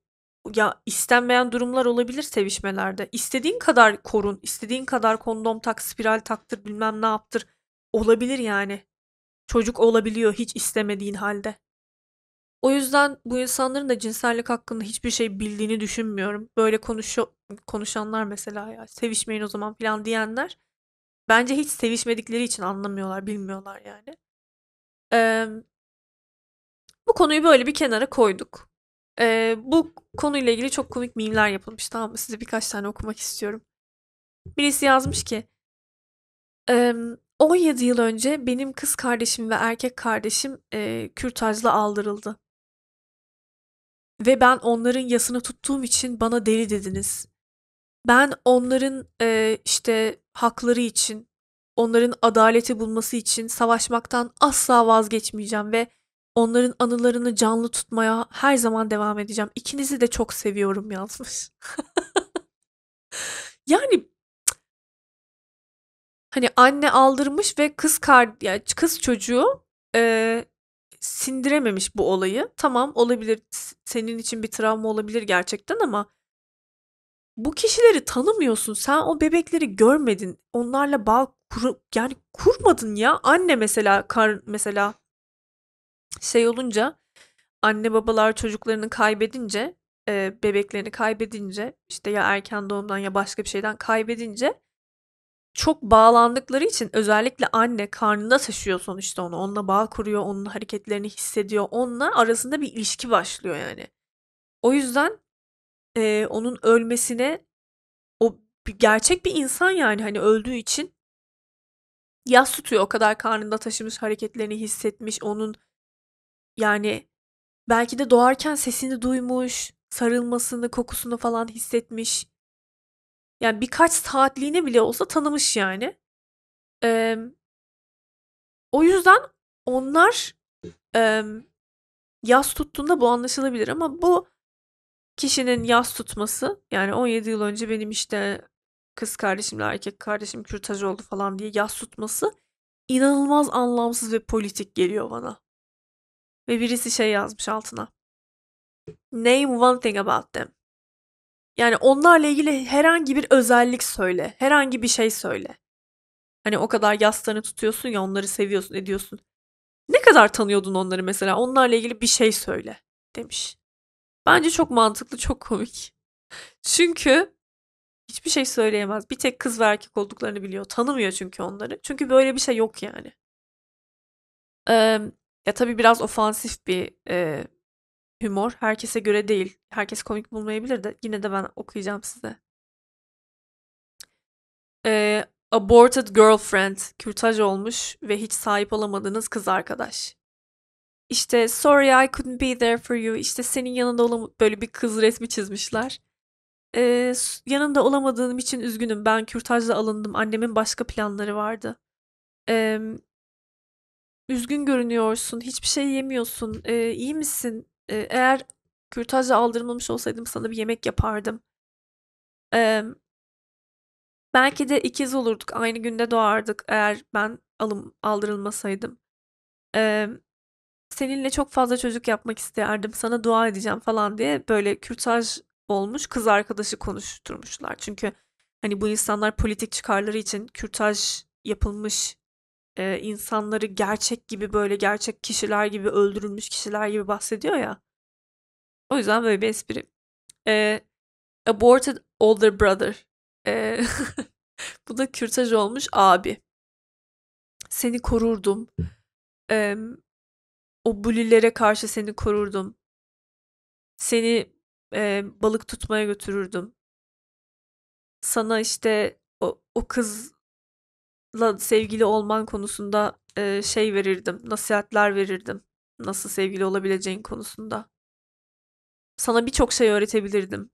Ya istenmeyen durumlar olabilir sevişmelerde. İstediğin kadar korun, istediğin kadar kondom tak, spiral taktır, bilmem ne yaptır. Olabilir yani. Çocuk olabiliyor hiç istemediğin halde. O yüzden bu insanların da cinsellik hakkında hiçbir şey bildiğini düşünmüyorum. Böyle konuşanlar mesela ya sevişmeyin o zaman falan diyenler bence hiç sevişmedikleri için anlamıyorlar, bilmiyorlar yani. Eee, Bu konuyu böyle bir kenara koyduk. Bu konuyla ilgili çok komik mimler yapılmış, tamam mı? Size birkaç tane okumak istiyorum. Birisi yazmış ki 17 yıl önce benim kız kardeşim ve erkek kardeşim kürtajla aldırıldı. Ve ben onların yasını tuttuğum için bana deli dediniz. Ben onların işte hakları için, onların adaleti bulması için savaşmaktan asla vazgeçmeyeceğim ve onların anılarını canlı tutmaya her zaman devam edeceğim. İkinizi de çok seviyorum yazmış. Yani hani anne aldırmış ve yani kız çocuğu sindirememiş bu olayı. Tamam olabilir, senin için bir travma olabilir gerçekten ama bu kişileri tanımıyorsun. Sen o bebekleri görmedin. Onlarla yani kurmadın ya. Anne mesela mesela şey olunca anne babalar çocuklarını kaybedince bebeklerini kaybedince işte ya erken doğumdan ya başka bir şeyden kaybedince çok bağlandıkları için özellikle anne karnında taşıyor sonuçta onu. Onunla bağ kuruyor, onun hareketlerini hissediyor. Onunla arasında bir ilişki başlıyor yani. O yüzden onun ölmesine o gerçek bir insan yani hani öldüğü için yas tutuyor. O kadar karnında taşımış, hareketlerini hissetmiş. Onun yani belki de doğarken sesini duymuş, sarılmasını, kokusunu falan hissetmiş. Yani birkaç saatliğine bile olsa tanımış yani. Eee, O yüzden onlar eee, yas tuttuğunda bu anlaşılabilir ama bu kişinin yas tutması yani 17 yıl önce benim işte kız kardeşimle erkek kardeşim kürtaj oldu falan diye yas tutması inanılmaz anlamsız ve politik geliyor bana. Ve birisi şey yazmış altına. Name one thing about them. Yani onlarla ilgili herhangi bir özellik söyle. Herhangi bir şey söyle. Hani o kadar yaslarını tutuyorsun ya onları seviyorsun ediyorsun. Ne kadar tanıyordun onları mesela? Onlarla ilgili bir şey söyle demiş. Bence çok mantıklı, çok komik. Çünkü hiçbir şey söyleyemez. Bir tek kız ve erkek olduklarını biliyor. Tanımıyor çünkü onları. Çünkü böyle bir şey yok yani. Ya tabii biraz ofansif bir humor. Herkese göre değil. Herkes komik bulmayabilir de yine de ben okuyacağım size. Aborted girlfriend, kürtaj olmuş ve hiç sahip olamadığınız kız arkadaş. İşte sorry I couldn't be there for you. İşte senin yanında böyle bir kız resmi çizmişler. Yanında olamadığım için üzgünüm. Ben kürtajla alındım. Annemin başka planları vardı. Ee, Üzgün görünüyorsun. Hiçbir şey yemiyorsun. İyi misin? Eğer kürtajla aldırmamış olsaydım sana bir yemek yapardım. Ee, Belki de ikiz olurduk. Aynı günde doğardık eğer ben aldırılmasaydım. Ee, Seninle çok fazla çocuk yapmak isterdim. Sana dua edeceğim falan diye böyle kürtaj olmuş kız arkadaşı konuşturmuşlar. Çünkü hani bu insanlar politik çıkarları için kürtaj yapılmış insanları gerçek gibi böyle gerçek kişiler gibi öldürülmüş kişiler gibi bahsediyor ya. O yüzden böyle bir espri. Ee, Aborted older brother. Ee, Bu da kürtaj olmuş abi. Seni korurdum. Em, O bulilere karşı seni korurdum. Seni balık tutmaya götürürdüm. Sana işte o kızla sevgili olman konusunda şey verirdim, nasihatler verirdim. Nasıl sevgili olabileceğin konusunda. Sana birçok şey öğretebilirdim.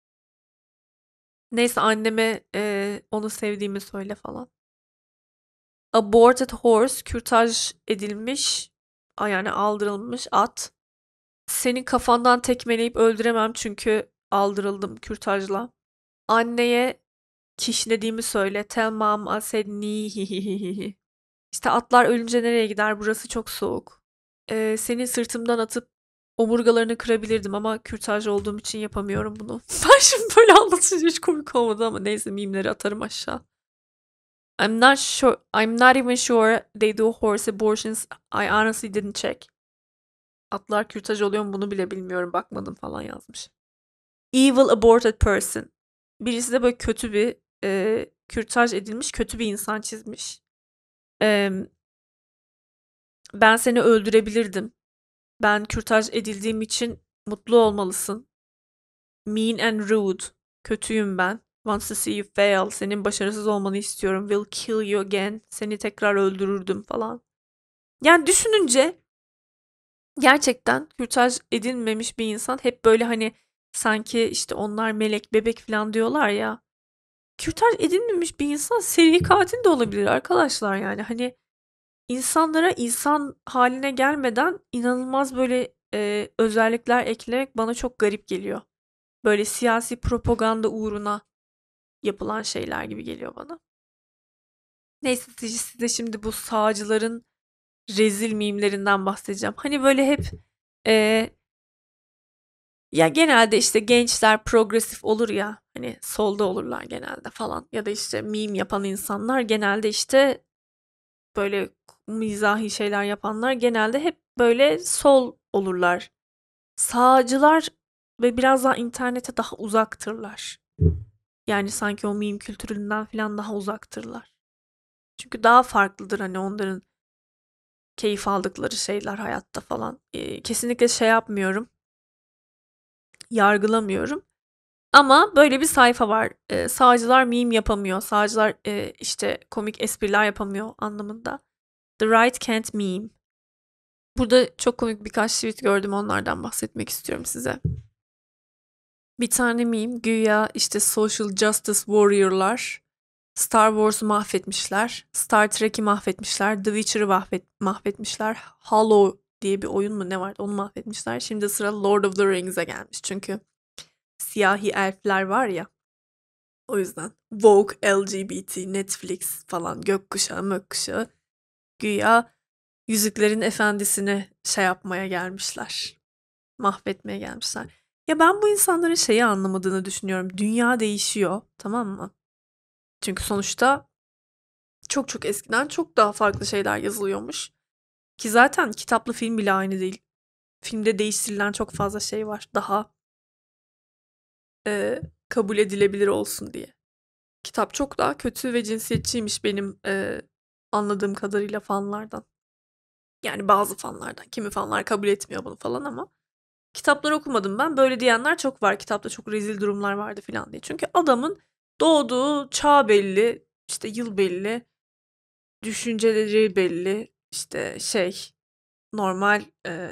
Neyse anneme onu sevdiğimi söyle falan. Aborted horse, kürtaj edilmiş, yani aldırılmış at. Seni kafandan tekmeleyip öldüremem çünkü aldırıldım kürtajla. Anneye kişnediğimi söyle. Tell mom I said ni. İşte atlar ölünce nereye gider? Burası çok soğuk. Seni sırtımdan atıp omurgalarını kırabilirdim ama kürtaj olduğum için yapamıyorum bunu. Ben şimdi böyle anlatınca hiç komik olmadı ama neyse meme'leri atarım aşağı. I'm not even sure they do horse abortions. I honestly didn't check. Atlar kürtaj oluyor mu bunu bile bilmiyorum. Bakmadım falan yazmış. Evil aborted person. Birisi de böyle kötü bir kürtaj edilmiş kötü bir insan çizmiş. Ben seni öldürebilirdim. Ben kürtaj edildiğim için mutlu olmalısın. Mean and rude. Kötüyüm ben. Wants to see you fail. Senin başarısız olmanı istiyorum. Will kill you again. Seni tekrar öldürürdüm falan. Yani düşününce gerçekten kürtaj edilmemiş bir insan hep böyle hani sanki işte onlar melek bebek falan diyorlar ya. Kürtaj edilmemiş bir insan seri katil de olabilir arkadaşlar yani. Hani insanlara insan haline gelmeden inanılmaz böyle özellikler eklemek bana çok garip geliyor. Böyle siyasi propaganda uğruna yapılan şeyler gibi geliyor bana. Neyse size şimdi bu sağcıların rezil mimlerinden bahsedeceğim. Hani böyle hep e, ya genelde işte gençler progresif olur ya hani solda olurlar genelde falan ya da işte meme yapan insanlar genelde işte böyle mizahi şeyler yapanlar genelde hep böyle sol olurlar. Sağcılar ve biraz daha internete daha uzaktırlar. Yani sanki o meme kültüründen falan daha uzaktırlar. Çünkü daha farklıdır hani onların keyif aldıkları şeyler hayatta falan. Kesinlikle şey yapmıyorum. Yargılamıyorum. Ama böyle bir sayfa var. Sağcılar meme yapamıyor. Sağcılar işte komik espriler yapamıyor anlamında. The right can't meme. Burada çok komik birkaç tweet gördüm. Onlardan bahsetmek istiyorum size. Bir tane meme güya işte social justice warrior'lar Star Wars'u mahvetmişler. Star Trek'i mahvetmişler. The Witcher'ı mahvetmişler. Hollow diye bir oyun mu ne var onu mahvetmişler. Şimdi sıra Lord of the Rings'e gelmiş. Çünkü siyahi elfler var ya. O yüzden Vogue, LGBT, Netflix falan gökkuşağı mökkuşağı güya Yüzüklerin Efendisi'ni şey yapmaya gelmişler. Mahvetmeye gelmişler. Ya ben bu insanların şeyi anlamadığını düşünüyorum. Dünya değişiyor, tamam mı? Çünkü sonuçta çok çok eskiden çok daha farklı şeyler yazılıyormuş. Ki zaten kitaplı film bile aynı değil. Filmde değiştirilen çok fazla şey var. Daha kabul edilebilir olsun diye. Kitap çok daha kötü ve cinsiyetçiymiş benim anladığım kadarıyla fanlardan. Yani bazı fanlardan. Kimi fanlar kabul etmiyor bunu falan ama. Kitapları okumadım ben. Böyle diyenler çok var. Kitapta çok rezil durumlar vardı falan diye. Çünkü adamın doğduğu çağ belli. İşte yıl belli. Düşünceleri belli. İşte şey normal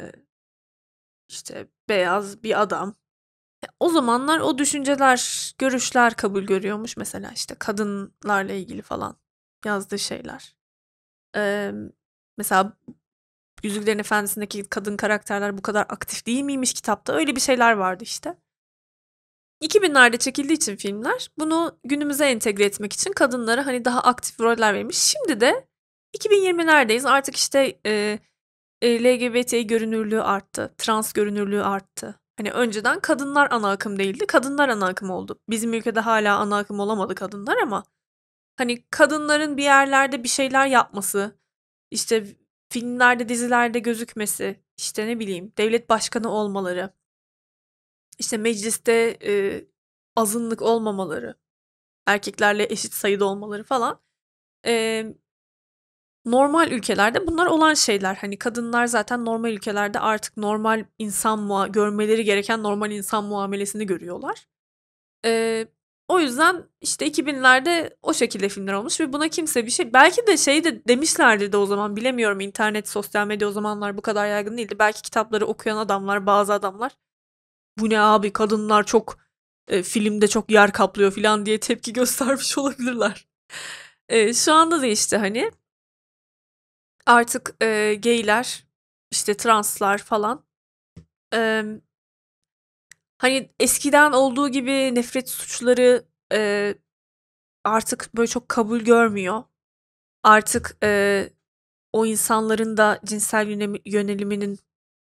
işte beyaz bir adam. O zamanlar o düşünceler, görüşler kabul görüyormuş mesela işte kadınlarla ilgili falan yazdığı şeyler. Eee, mesela Yüzüklerin Efendisi'ndeki kadın karakterler bu kadar aktif değil miymiş kitapta? Öyle bir şeyler vardı işte. 2000'lerde çekildiği için filmler bunu günümüze entegre etmek için kadınlara hani daha aktif roller vermiş. Şimdi de 2020'lerdeyiz. Artık işte LGBT görünürlüğü arttı. Trans görünürlüğü arttı. Hani önceden kadınlar ana akım değildi. Kadınlar ana akım oldu. Bizim ülkede hala ana akım olamadı kadınlar ama hani kadınların bir yerlerde bir şeyler yapması, işte filmlerde, dizilerde gözükmesi, işte ne bileyim devlet başkanı olmaları, işte mecliste azınlık olmamaları, erkeklerle eşit sayıda olmaları falan. Eee, normal ülkelerde bunlar olan şeyler. Hani kadınlar zaten normal ülkelerde artık normal insan görmeleri gereken normal insan muamelesini görüyorlar. Eee, o yüzden işte 2000'lerde o şekilde filmler olmuş ve buna kimse bir şey belki de şey de demişlerdir de o zaman bilemiyorum internet, sosyal medya o zamanlar bu kadar yaygın değildi. Belki kitapları okuyan adamlar, bazı adamlar bu ne abi kadınlar çok filmde çok yer kaplıyor falan diye tepki göstermiş olabilirler. Şu anda da işte hani artık gayler işte translar falan e, hani eskiden olduğu gibi nefret suçları artık böyle çok kabul görmüyor. Artık o insanların da cinsel yöneliminin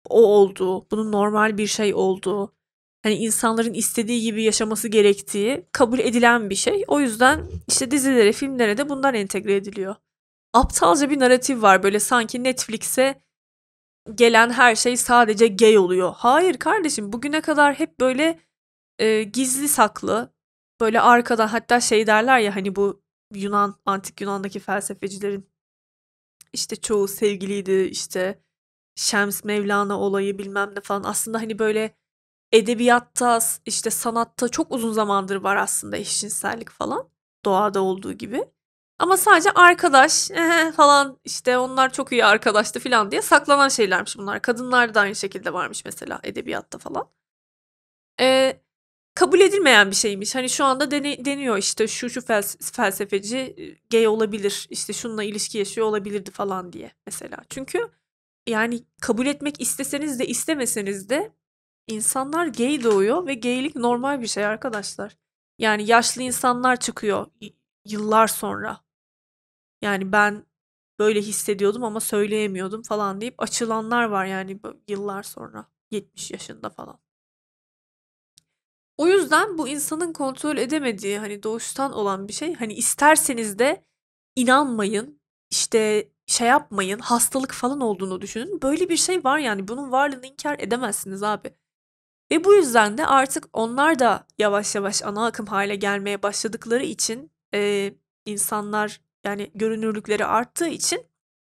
o olduğu, bunun normal bir şey olduğu, hani insanların istediği gibi yaşaması gerektiği kabul edilen bir şey. O yüzden işte dizilere, filmlere de bunlar entegre ediliyor. Aptalca bir naratif var böyle sanki Netflix'e gelen her şey sadece gay oluyor. Hayır kardeşim bugüne kadar hep böyle gizli saklı böyle arkadan hatta şey derler ya hani bu antik Yunan'daki felsefecilerin işte çoğu sevgiliydi işte Şems Mevlana olayı bilmem ne falan. Aslında hani böyle edebiyatta işte sanatta çok uzun zamandır var aslında eşcinsellik falan. Doğada olduğu gibi. Ama sadece arkadaş falan işte onlar çok iyi arkadaştı falan diye saklanan şeylermiş bunlar. Kadınlarda da aynı şekilde varmış mesela edebiyatta falan. Ee, Kabul edilmeyen bir şeymiş. Hani şu anda deniyor işte şu felsefeci gay olabilir. İşte şununla ilişki yaşıyor olabilirdi falan diye mesela. Çünkü yani kabul etmek isteseniz de istemeseniz de insanlar gay doğuyor ve gaylik normal bir şey arkadaşlar. Yani yaşlı insanlar çıkıyor yıllar sonra. Yani ben böyle hissediyordum ama söyleyemiyordum falan deyip açılanlar var yani yıllar sonra. 70 yaşında falan. O yüzden bu insanın kontrol edemediği hani doğuştan olan bir şey. Hani isterseniz de inanmayın, işte şey yapmayın, hastalık falan olduğunu düşünün. Böyle bir şey var yani bunun varlığını inkar edemezsiniz abi. Ve bu yüzden de artık onlar da yavaş yavaş ana akım hale gelmeye başladıkları için insanlar yani görünürlükleri arttığı için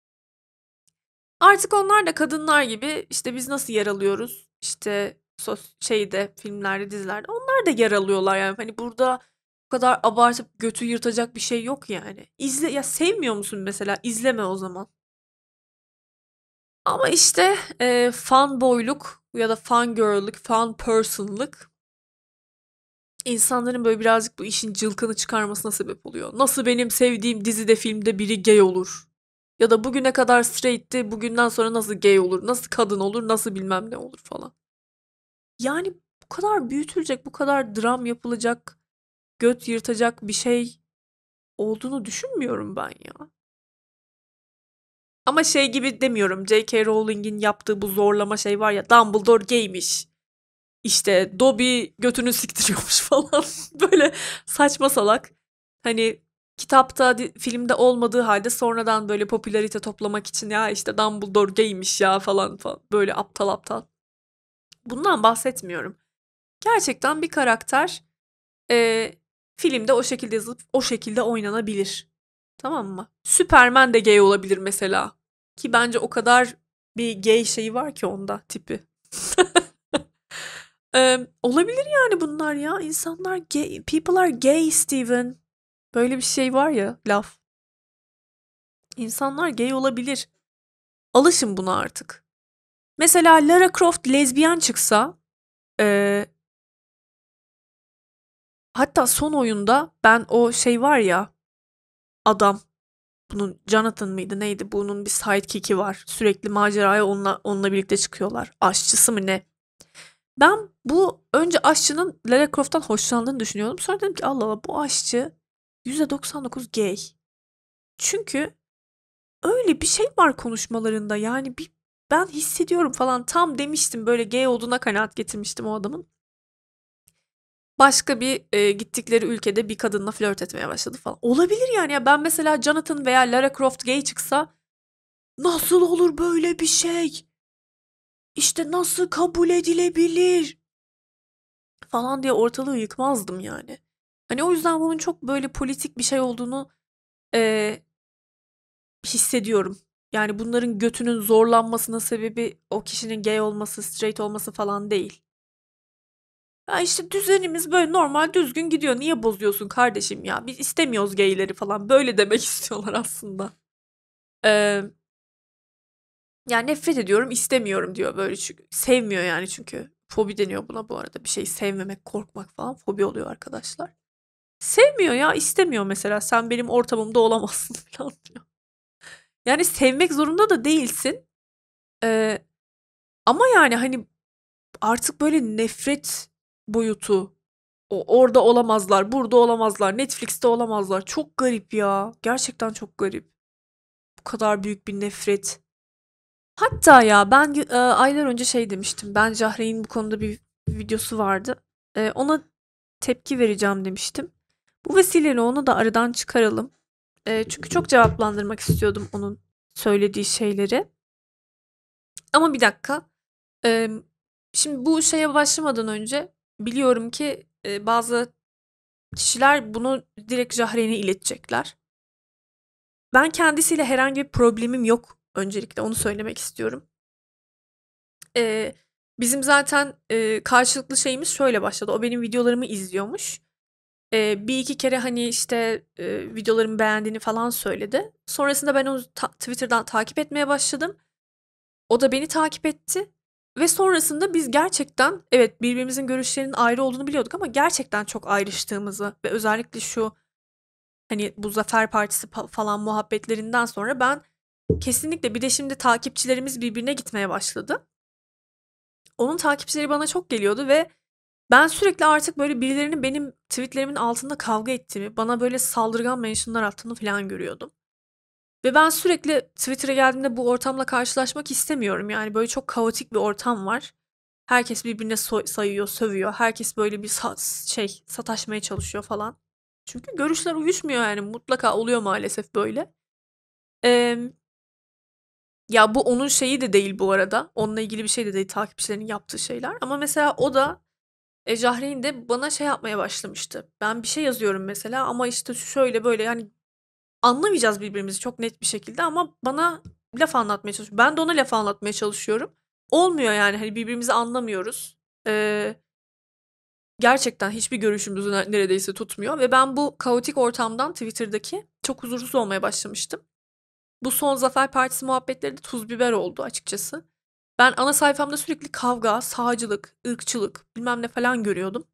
artık onlar da kadınlar gibi işte biz nasıl yer alıyoruz işte şeyde filmlerde dizilerde onlar da yer alıyorlar yani hani burada bu kadar abartıp götü yırtacak bir şey yok yani. İzle ya sevmiyor musun mesela izleme o zaman. Ama işte fanboyluk ya da fangirl'lık, fan person'lık insanların böyle birazcık bu işin cılkını çıkarmasına sebep oluyor. Nasıl benim sevdiğim dizide, filmde biri gay olur? Ya da bugüne kadar straight'ti, bugünden sonra nasıl gay olur? Nasıl kadın olur? Nasıl bilmem ne olur falan. Yani bu kadar büyütülecek, bu kadar dram yapılacak, göt yırtacak bir şey olduğunu düşünmüyorum ben ya. Ama şey gibi demiyorum. J.K. Rowling'in yaptığı bu zorlama şey var ya. Dumbledore gaymiş. İşte Dobby götünü siktiriyormuş falan. Böyle saçma salak. Hani kitapta, filmde olmadığı halde sonradan böyle popülarite toplamak için ya işte Dumbledore gaymiş ya falan falan. Böyle aptal aptal. Bundan bahsetmiyorum. Gerçekten bir karakter filmde o şekilde yazılıp o şekilde oynanabilir. Tamam mı? Superman de gay olabilir mesela. Ki bence o kadar bir gay şeyi var ki onda tipi. Olabilir yani bunlar ya. İnsanlar gay. People are gay Steven. Böyle bir şey var ya laf. İnsanlar gay olabilir. Alışın buna artık. Mesela Lara Croft lezbiyen çıksa eee, hatta son oyunda ben o şey var ya adam bunun Jonathan mıydı neydi bunun bir sidekick'i var. Sürekli maceraya onunla birlikte çıkıyorlar. Aşçısı mı ne? Ben bu önce aşçının Lara Croft'tan hoşlandığını düşünüyordum. Sonra dedim ki Allah Allah bu aşçı %99 gay. Çünkü öyle bir şey var konuşmalarında yani ben hissediyorum falan tam demiştim böyle gay olduğuna kanaat getirmiştim o adamın. Başka bir gittikleri ülkede bir kadınla flört etmeye başladı falan. Olabilir yani ya ben mesela Jonathan veya Lara Croft gay çıksa nasıl olur böyle bir şey? İşte nasıl kabul edilebilir? Falan diye ortalığı yıkmazdım yani. Hani o yüzden bunun çok böyle politik bir şey olduğunu eee, hissediyorum. Yani bunların götünün zorlanmasının sebebi o kişinin gay olması, straight olması falan değil. Ya işte düzenimiz böyle normal düzgün gidiyor. Niye bozuyorsun kardeşim ya? Biz istemiyoruz gayleri falan. Böyle demek istiyorlar aslında. Eee Yani nefret ediyorum, istemiyorum diyor böyle çünkü. Sevmiyor yani çünkü. Fobi deniyor buna bu arada. Bir şeyi sevmemek, korkmak falan fobi oluyor arkadaşlar. Sevmiyor ya, istemiyor mesela. Sen benim ortamımda olamazsın falan diyor. Yani sevmek zorunda da değilsin. Ee, Ama yani hani artık böyle nefret boyutu. Orada olamazlar, burada olamazlar, Netflix'te olamazlar. Çok garip ya. Gerçekten çok garip. Bu kadar büyük bir nefret. Hatta ya ben aylar önce şey demiştim. Ben Jahre'in bu konuda bir videosu vardı. Ona tepki vereceğim demiştim. Bu vesileyle onu da aradan çıkaralım. Çünkü çok cevaplandırmak istiyordum onun söylediği şeyleri. Ama bir dakika. Emm, Şimdi bu şeye başlamadan önce biliyorum ki, bazı kişiler bunu direkt Jahreyn'e iletecekler. Ben kendisiyle herhangi bir problemim yok, öncelikle onu söylemek istiyorum. Eee, Bizim zaten, karşılıklı şeyimiz şöyle başladı. O benim videolarımı izliyormuş. Bir iki kere, hani, işte, videolarımı beğendiğini falan söyledi. Sonrasında ben onu Twitter'dan takip etmeye başladım. O da beni takip etti ve sonrasında biz gerçekten evet, birbirimizin görüşlerinin ayrı olduğunu biliyorduk ama gerçekten çok ayrıştığımızı ve özellikle şu, hani, bu Zafer Partisi falan muhabbetlerinden sonra ben kesinlikle bir de şimdi takipçilerimiz birbirine gitmeye başladı. Onun takipçileri bana çok geliyordu ve ben sürekli artık böyle birilerinin benim tweetlerimin altında kavga ettiğimi, bana böyle saldırgan mention'lar attığını falan görüyordum. Ve ben sürekli Twitter'a geldiğimde bu ortamla karşılaşmak istemiyorum. Yani böyle çok kaotik bir ortam var. Herkes birbirine sayıyor, sövüyor. Herkes böyle bir sataşmaya çalışıyor falan. Çünkü görüşler uyuşmuyor yani. Mutlaka oluyor maalesef böyle. Emm, Ya bu onun şeyi de değil bu arada. Onunla ilgili bir şey de değil takipçilerinin yaptığı şeyler. Ama mesela o da Jahreyn de bana şey yapmaya başlamıştı. Ben bir şey yazıyorum mesela ama işte şöyle böyle yani anlamayacağız birbirimizi çok net bir şekilde ama bana laf anlatmaya çalışıyor. Ben de ona laf anlatmaya çalışıyorum. Olmuyor yani hani birbirimizi anlamıyoruz. Eee, Gerçekten hiçbir görüşümüz neredeyse tutmuyor ve ben bu kaotik ortamdan Twitter'daki çok huzursuz olmaya başlamıştım. Bu son Zafer Partisi muhabbetleri de tuz biber oldu açıkçası. Ben ana sayfamda sürekli kavga, sağcılık, ırkçılık bilmem ne falan görüyordum.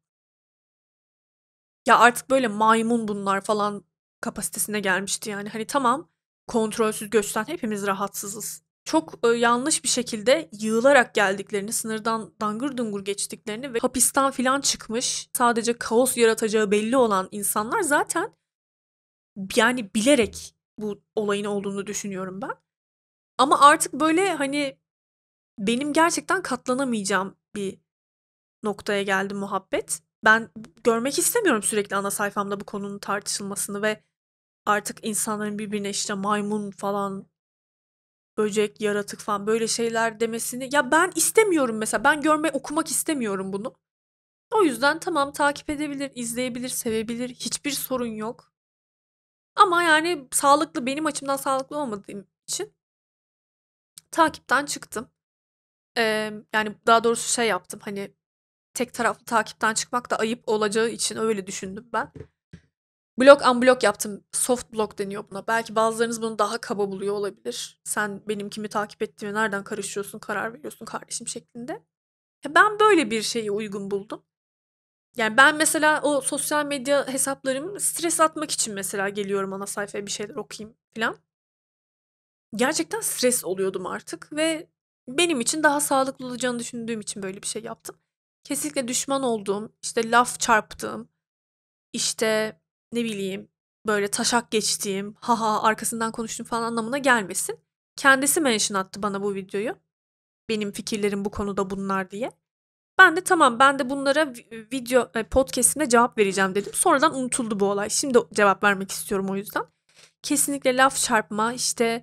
Ya artık böyle maymun bunlar falan kapasitesine gelmişti yani. Hani tamam kontrolsüz göçten hepimiz rahatsızız. Çok yanlış bir şekilde yığılarak geldiklerini, sınırdan dangır dungur geçtiklerini ve hapisten filan çıkmış, sadece kaos yaratacağı belli olan insanlar zaten yani bilerek bu olayın olduğunu düşünüyorum ben. Ama artık böyle hani benim gerçekten katlanamayacağım bir noktaya geldi muhabbet. Ben görmek istemiyorum sürekli ana sayfamda bu konunun tartışılmasını ve artık insanların birbirine işte maymun falan, böcek, yaratık falan böyle şeyler demesini. Ya ben istemiyorum mesela. Ben okumak istemiyorum bunu. O yüzden tamam takip edebilir, izleyebilir, sevebilir. Hiçbir sorun yok. Ama yani sağlıklı, benim açımdan sağlıklı olmadığım için takipten çıktım. Yani daha doğrusu şey yaptım hani tek taraflı takipten çıkmak da ayıp olacağı için öyle düşündüm ben. Blok unblock yaptım. Soft block deniyor buna. Belki bazılarınız bunu daha kaba buluyor olabilir. Sen benim kimi takip ettiğime nereden karışıyorsun, karar veriyorsun kardeşim şeklinde. Ya ben böyle bir şeyi uygun buldum. Yani ben mesela o sosyal medya hesaplarımı stres atmak için mesela geliyorum ana sayfaya bir şeyler okuyayım falan. Gerçekten stres oluyordum artık ve benim için daha sağlıklı olacağını düşündüğüm için böyle bir şey yaptım. Kesinlikle düşman olduğum, işte laf çarptığım, işte, ne bileyim, böyle taşak geçtiğim, ha ha arkasından konuştuğum falan anlamına gelmesin. Kendisi mention attı bana bu videoyu. Benim fikirlerim bu konuda bunlar diye. Ben de tamam ben de bunlara video podcast'imde cevap vereceğim dedim. Sonradan unutuldu bu olay. Şimdi cevap vermek istiyorum o yüzden. Kesinlikle laf çarpma, işte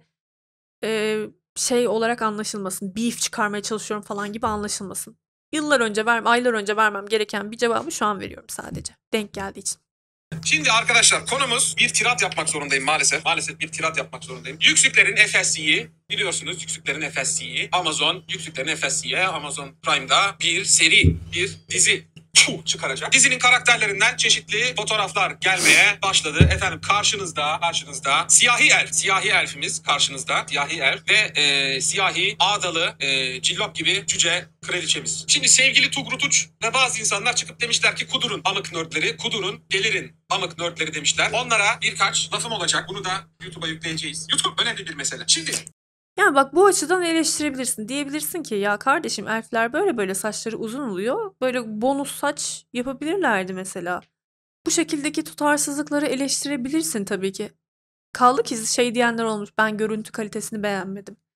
şey olarak anlaşılmasın. Beef çıkarmaya çalışıyorum falan gibi anlaşılmasın. Yıllar önce aylar önce vermem gereken bir cevabı şu an veriyorum sadece. Denk geldiği için. Şimdi arkadaşlar konumuz bir tirat yapmak zorundayım maalesef. Maalesef bir tirat yapmak zorundayım. Yüksüklerin FSC'yi biliyorsunuz. Yüksüklerin FSC'yi Amazon, Yüksüklerin FSC'ye Amazon Prime'da bir seri, bir dizi çıkaracak. Dizinin karakterlerinden çeşitli fotoğraflar gelmeye başladı. Efendim karşınızda siyahi elfimiz karşınızda. Siyahi elf ve siyahi ağdalı cillop gibi cüce kraliçemiz. Şimdi sevgili Tugrutuç ve bazı insanlar çıkıp demişler ki kudurun amık nördleri, kudurun delirin amık nördleri demişler. Onlara birkaç lafım olacak. Bunu da YouTube'a yükleyeceğiz. YouTube önemli bir mesele. Şimdi Yani bak bu açıdan eleştirebilirsin. Diyebilirsin ki ya kardeşim elfler böyle böyle saçları uzun oluyor. Böyle bonus saç yapabilirlerdi mesela. Bu şekildeki tutarsızlıkları eleştirebilirsin tabii ki. Kaldı ki şey diyenler olmuş ben görüntü kalitesini beğenmedim.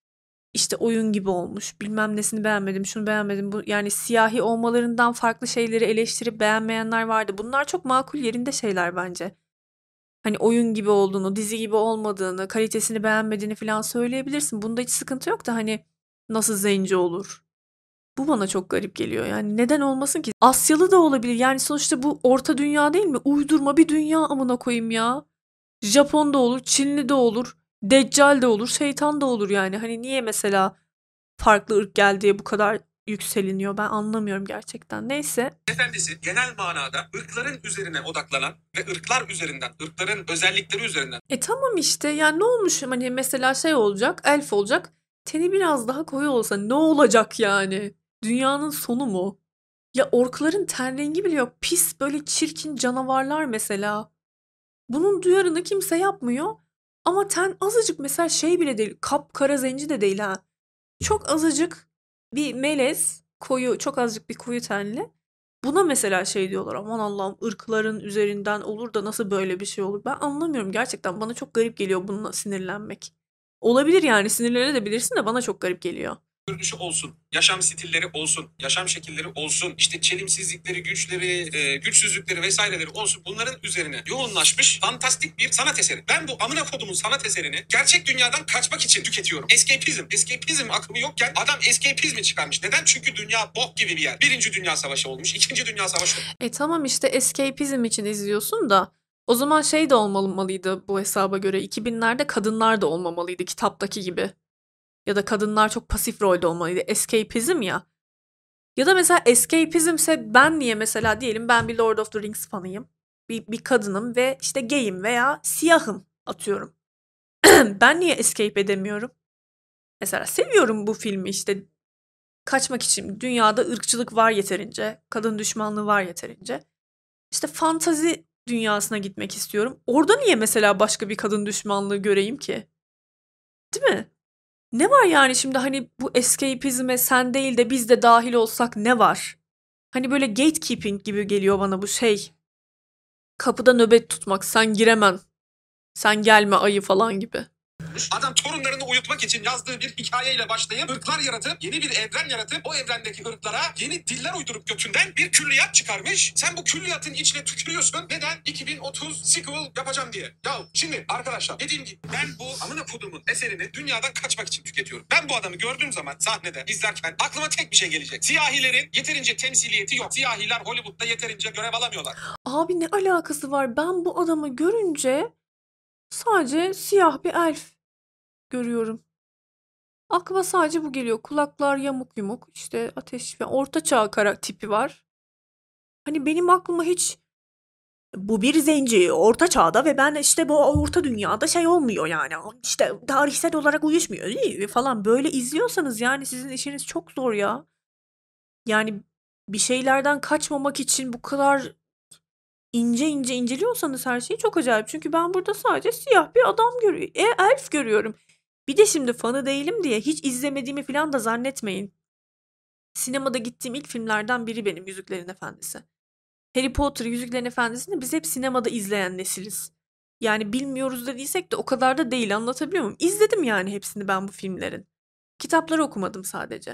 İşte oyun gibi olmuş. Bilmem nesini beğenmedim, şunu beğenmedim. Bu yani siyahi olmalarından farklı şeyleri eleştirip beğenmeyenler vardı. Bunlar çok makul yerinde şeyler bence. Hani oyun gibi olduğunu, dizi gibi olmadığını, kalitesini beğenmediğini falan söyleyebilirsin. Bunda hiç sıkıntı yok da hani nasıl zenci olur? Bu bana çok garip geliyor. Yani neden olmasın ki? Asyalı da olabilir. Yani sonuçta bu orta dünya değil mi? Uydurma bir dünya amına koyayım ya. Japon da olur, Çinli de olur, Deccal de olur, şeytan da olur yani. Hani niye mesela farklı ırk geldi diye bu kadar yükseliniyor? Ben anlamıyorum gerçekten. Neyse. Efendisi genel manada ırkların üzerine odaklanan ve ırklar üzerinden, ırkların özellikleri üzerinden Tamam işte yani ne olmuş hani mesela şey olacak, elf olacak. Teni biraz daha koyu olsa ne olacak yani? Dünyanın sonu mu? Ya orkların ten rengi bile yok. Pis böyle çirkin canavarlar mesela. Bunun duyarını kimse yapmıyor. Ama ten azıcık mesela şey bile değil. Kapkara zenci de değil ha. Çok azıcık bir melez, koyu, çok azıcık bir koyu tenli. Buna mesela şey diyorlar. Aman Allah'ım ırkların üzerinden olur da nasıl böyle bir şey olur? Ben anlamıyorum gerçekten. Bana çok garip geliyor bununla sinirlenmek. Olabilir yani sinirlenebilirsin de bana çok garip geliyor. görünüşü olsun, yaşam stilleri olsun, yaşam şekilleri olsun, işte çelimsizlikleri, güçleri, güçsüzlükleri vesaireleri olsun bunların üzerine yoğunlaşmış fantastik bir sanat eseri. Ben bu amına kodumun sanat eserini gerçek dünyadan kaçmak için tüketiyorum. Escapism akımı yokken adam escapismi çıkarmış. Neden? Çünkü dünya bok gibi bir yer. Birinci Dünya Savaşı olmuş, İkinci Dünya Savaşı olmuş. Tamam işte escapism için izliyorsun da o zaman şey de olmalıydı bu hesaba göre 2000'lerde kadınlar da olmamalıydı kitaptaki gibi. Ya da kadınlar çok pasif rolde olmalıydı. Escapism ya. Ya da mesela escapismse ben niye mesela diyelim ben bir Lord of the Rings fanıyım. Bir kadınım ve işte gayim veya siyahım atıyorum. Ben niye escape edemiyorum? Mesela seviyorum bu filmi işte kaçmak için. Dünyada ırkçılık var yeterince. Kadın düşmanlığı var yeterince. İşte fantazi dünyasına gitmek istiyorum. Orada niye mesela başka bir kadın düşmanlığı göreyim ki? Değil mi? Ne var yani şimdi hani bu escapism'e sen değil de biz de dahil olsak ne var? Hani böyle gatekeeping gibi geliyor bana bu şey. Kapıda nöbet tutmak, sen giremen, sen gelme ayı falan gibi. Adam torunlarını uyutmak için yazdığı bir hikayeyle başlayıp ırklar yaratıp yeni bir evren yaratıp o evrendeki ırklara yeni diller uydurup götünden bir külliyat çıkarmış. Sen bu külliyatın içine tükürüyorsun. Neden? 2030 sequel yapacağım diye. Ya şimdi arkadaşlar dediğim gibi ben bu amına kodumun eserini dünyadan kaçmak için tüketiyorum. Ben bu adamı gördüğüm zaman sahnede izlerken aklıma tek bir şey gelecek. Siyahilerin yeterince temsiliyeti yok. Siyahiler Hollywood'da yeterince görev alamıyorlar. Abi ne alakası var? Ben bu adamı görünce sadece siyah bir elf görüyorum. Aklıma sadece bu geliyor. Kulaklar yamuk yumuk, işte ateş ve orta çağ tipi var. Hani benim aklıma hiç bu bir zenci orta çağda ve ben işte bu orta dünyada şey olmuyor yani işte tarihsel olarak uyuşmuyor değil mi? Falan böyle izliyorsanız yani sizin işiniz çok zor ya. Yani bir şeylerden kaçmamak için bu kadar ince ince inceliyorsanız her şeyi çok acayip. Çünkü ben burada sadece siyah bir adam görüyorum. Elf görüyorum. Bir de şimdi fanı değilim diye hiç izlemediğimi falan da zannetmeyin. Sinemada gittiğim ilk filmlerden biri benim Yüzüklerin Efendisi. Harry Potter, Yüzüklerin Efendisi'ni biz hep sinemada izleyen nesiliz. Yani bilmiyoruz da değilsek de o kadar da değil, anlatabiliyor muyum? İzledim yani hepsini ben bu filmlerin. Kitapları okumadım sadece.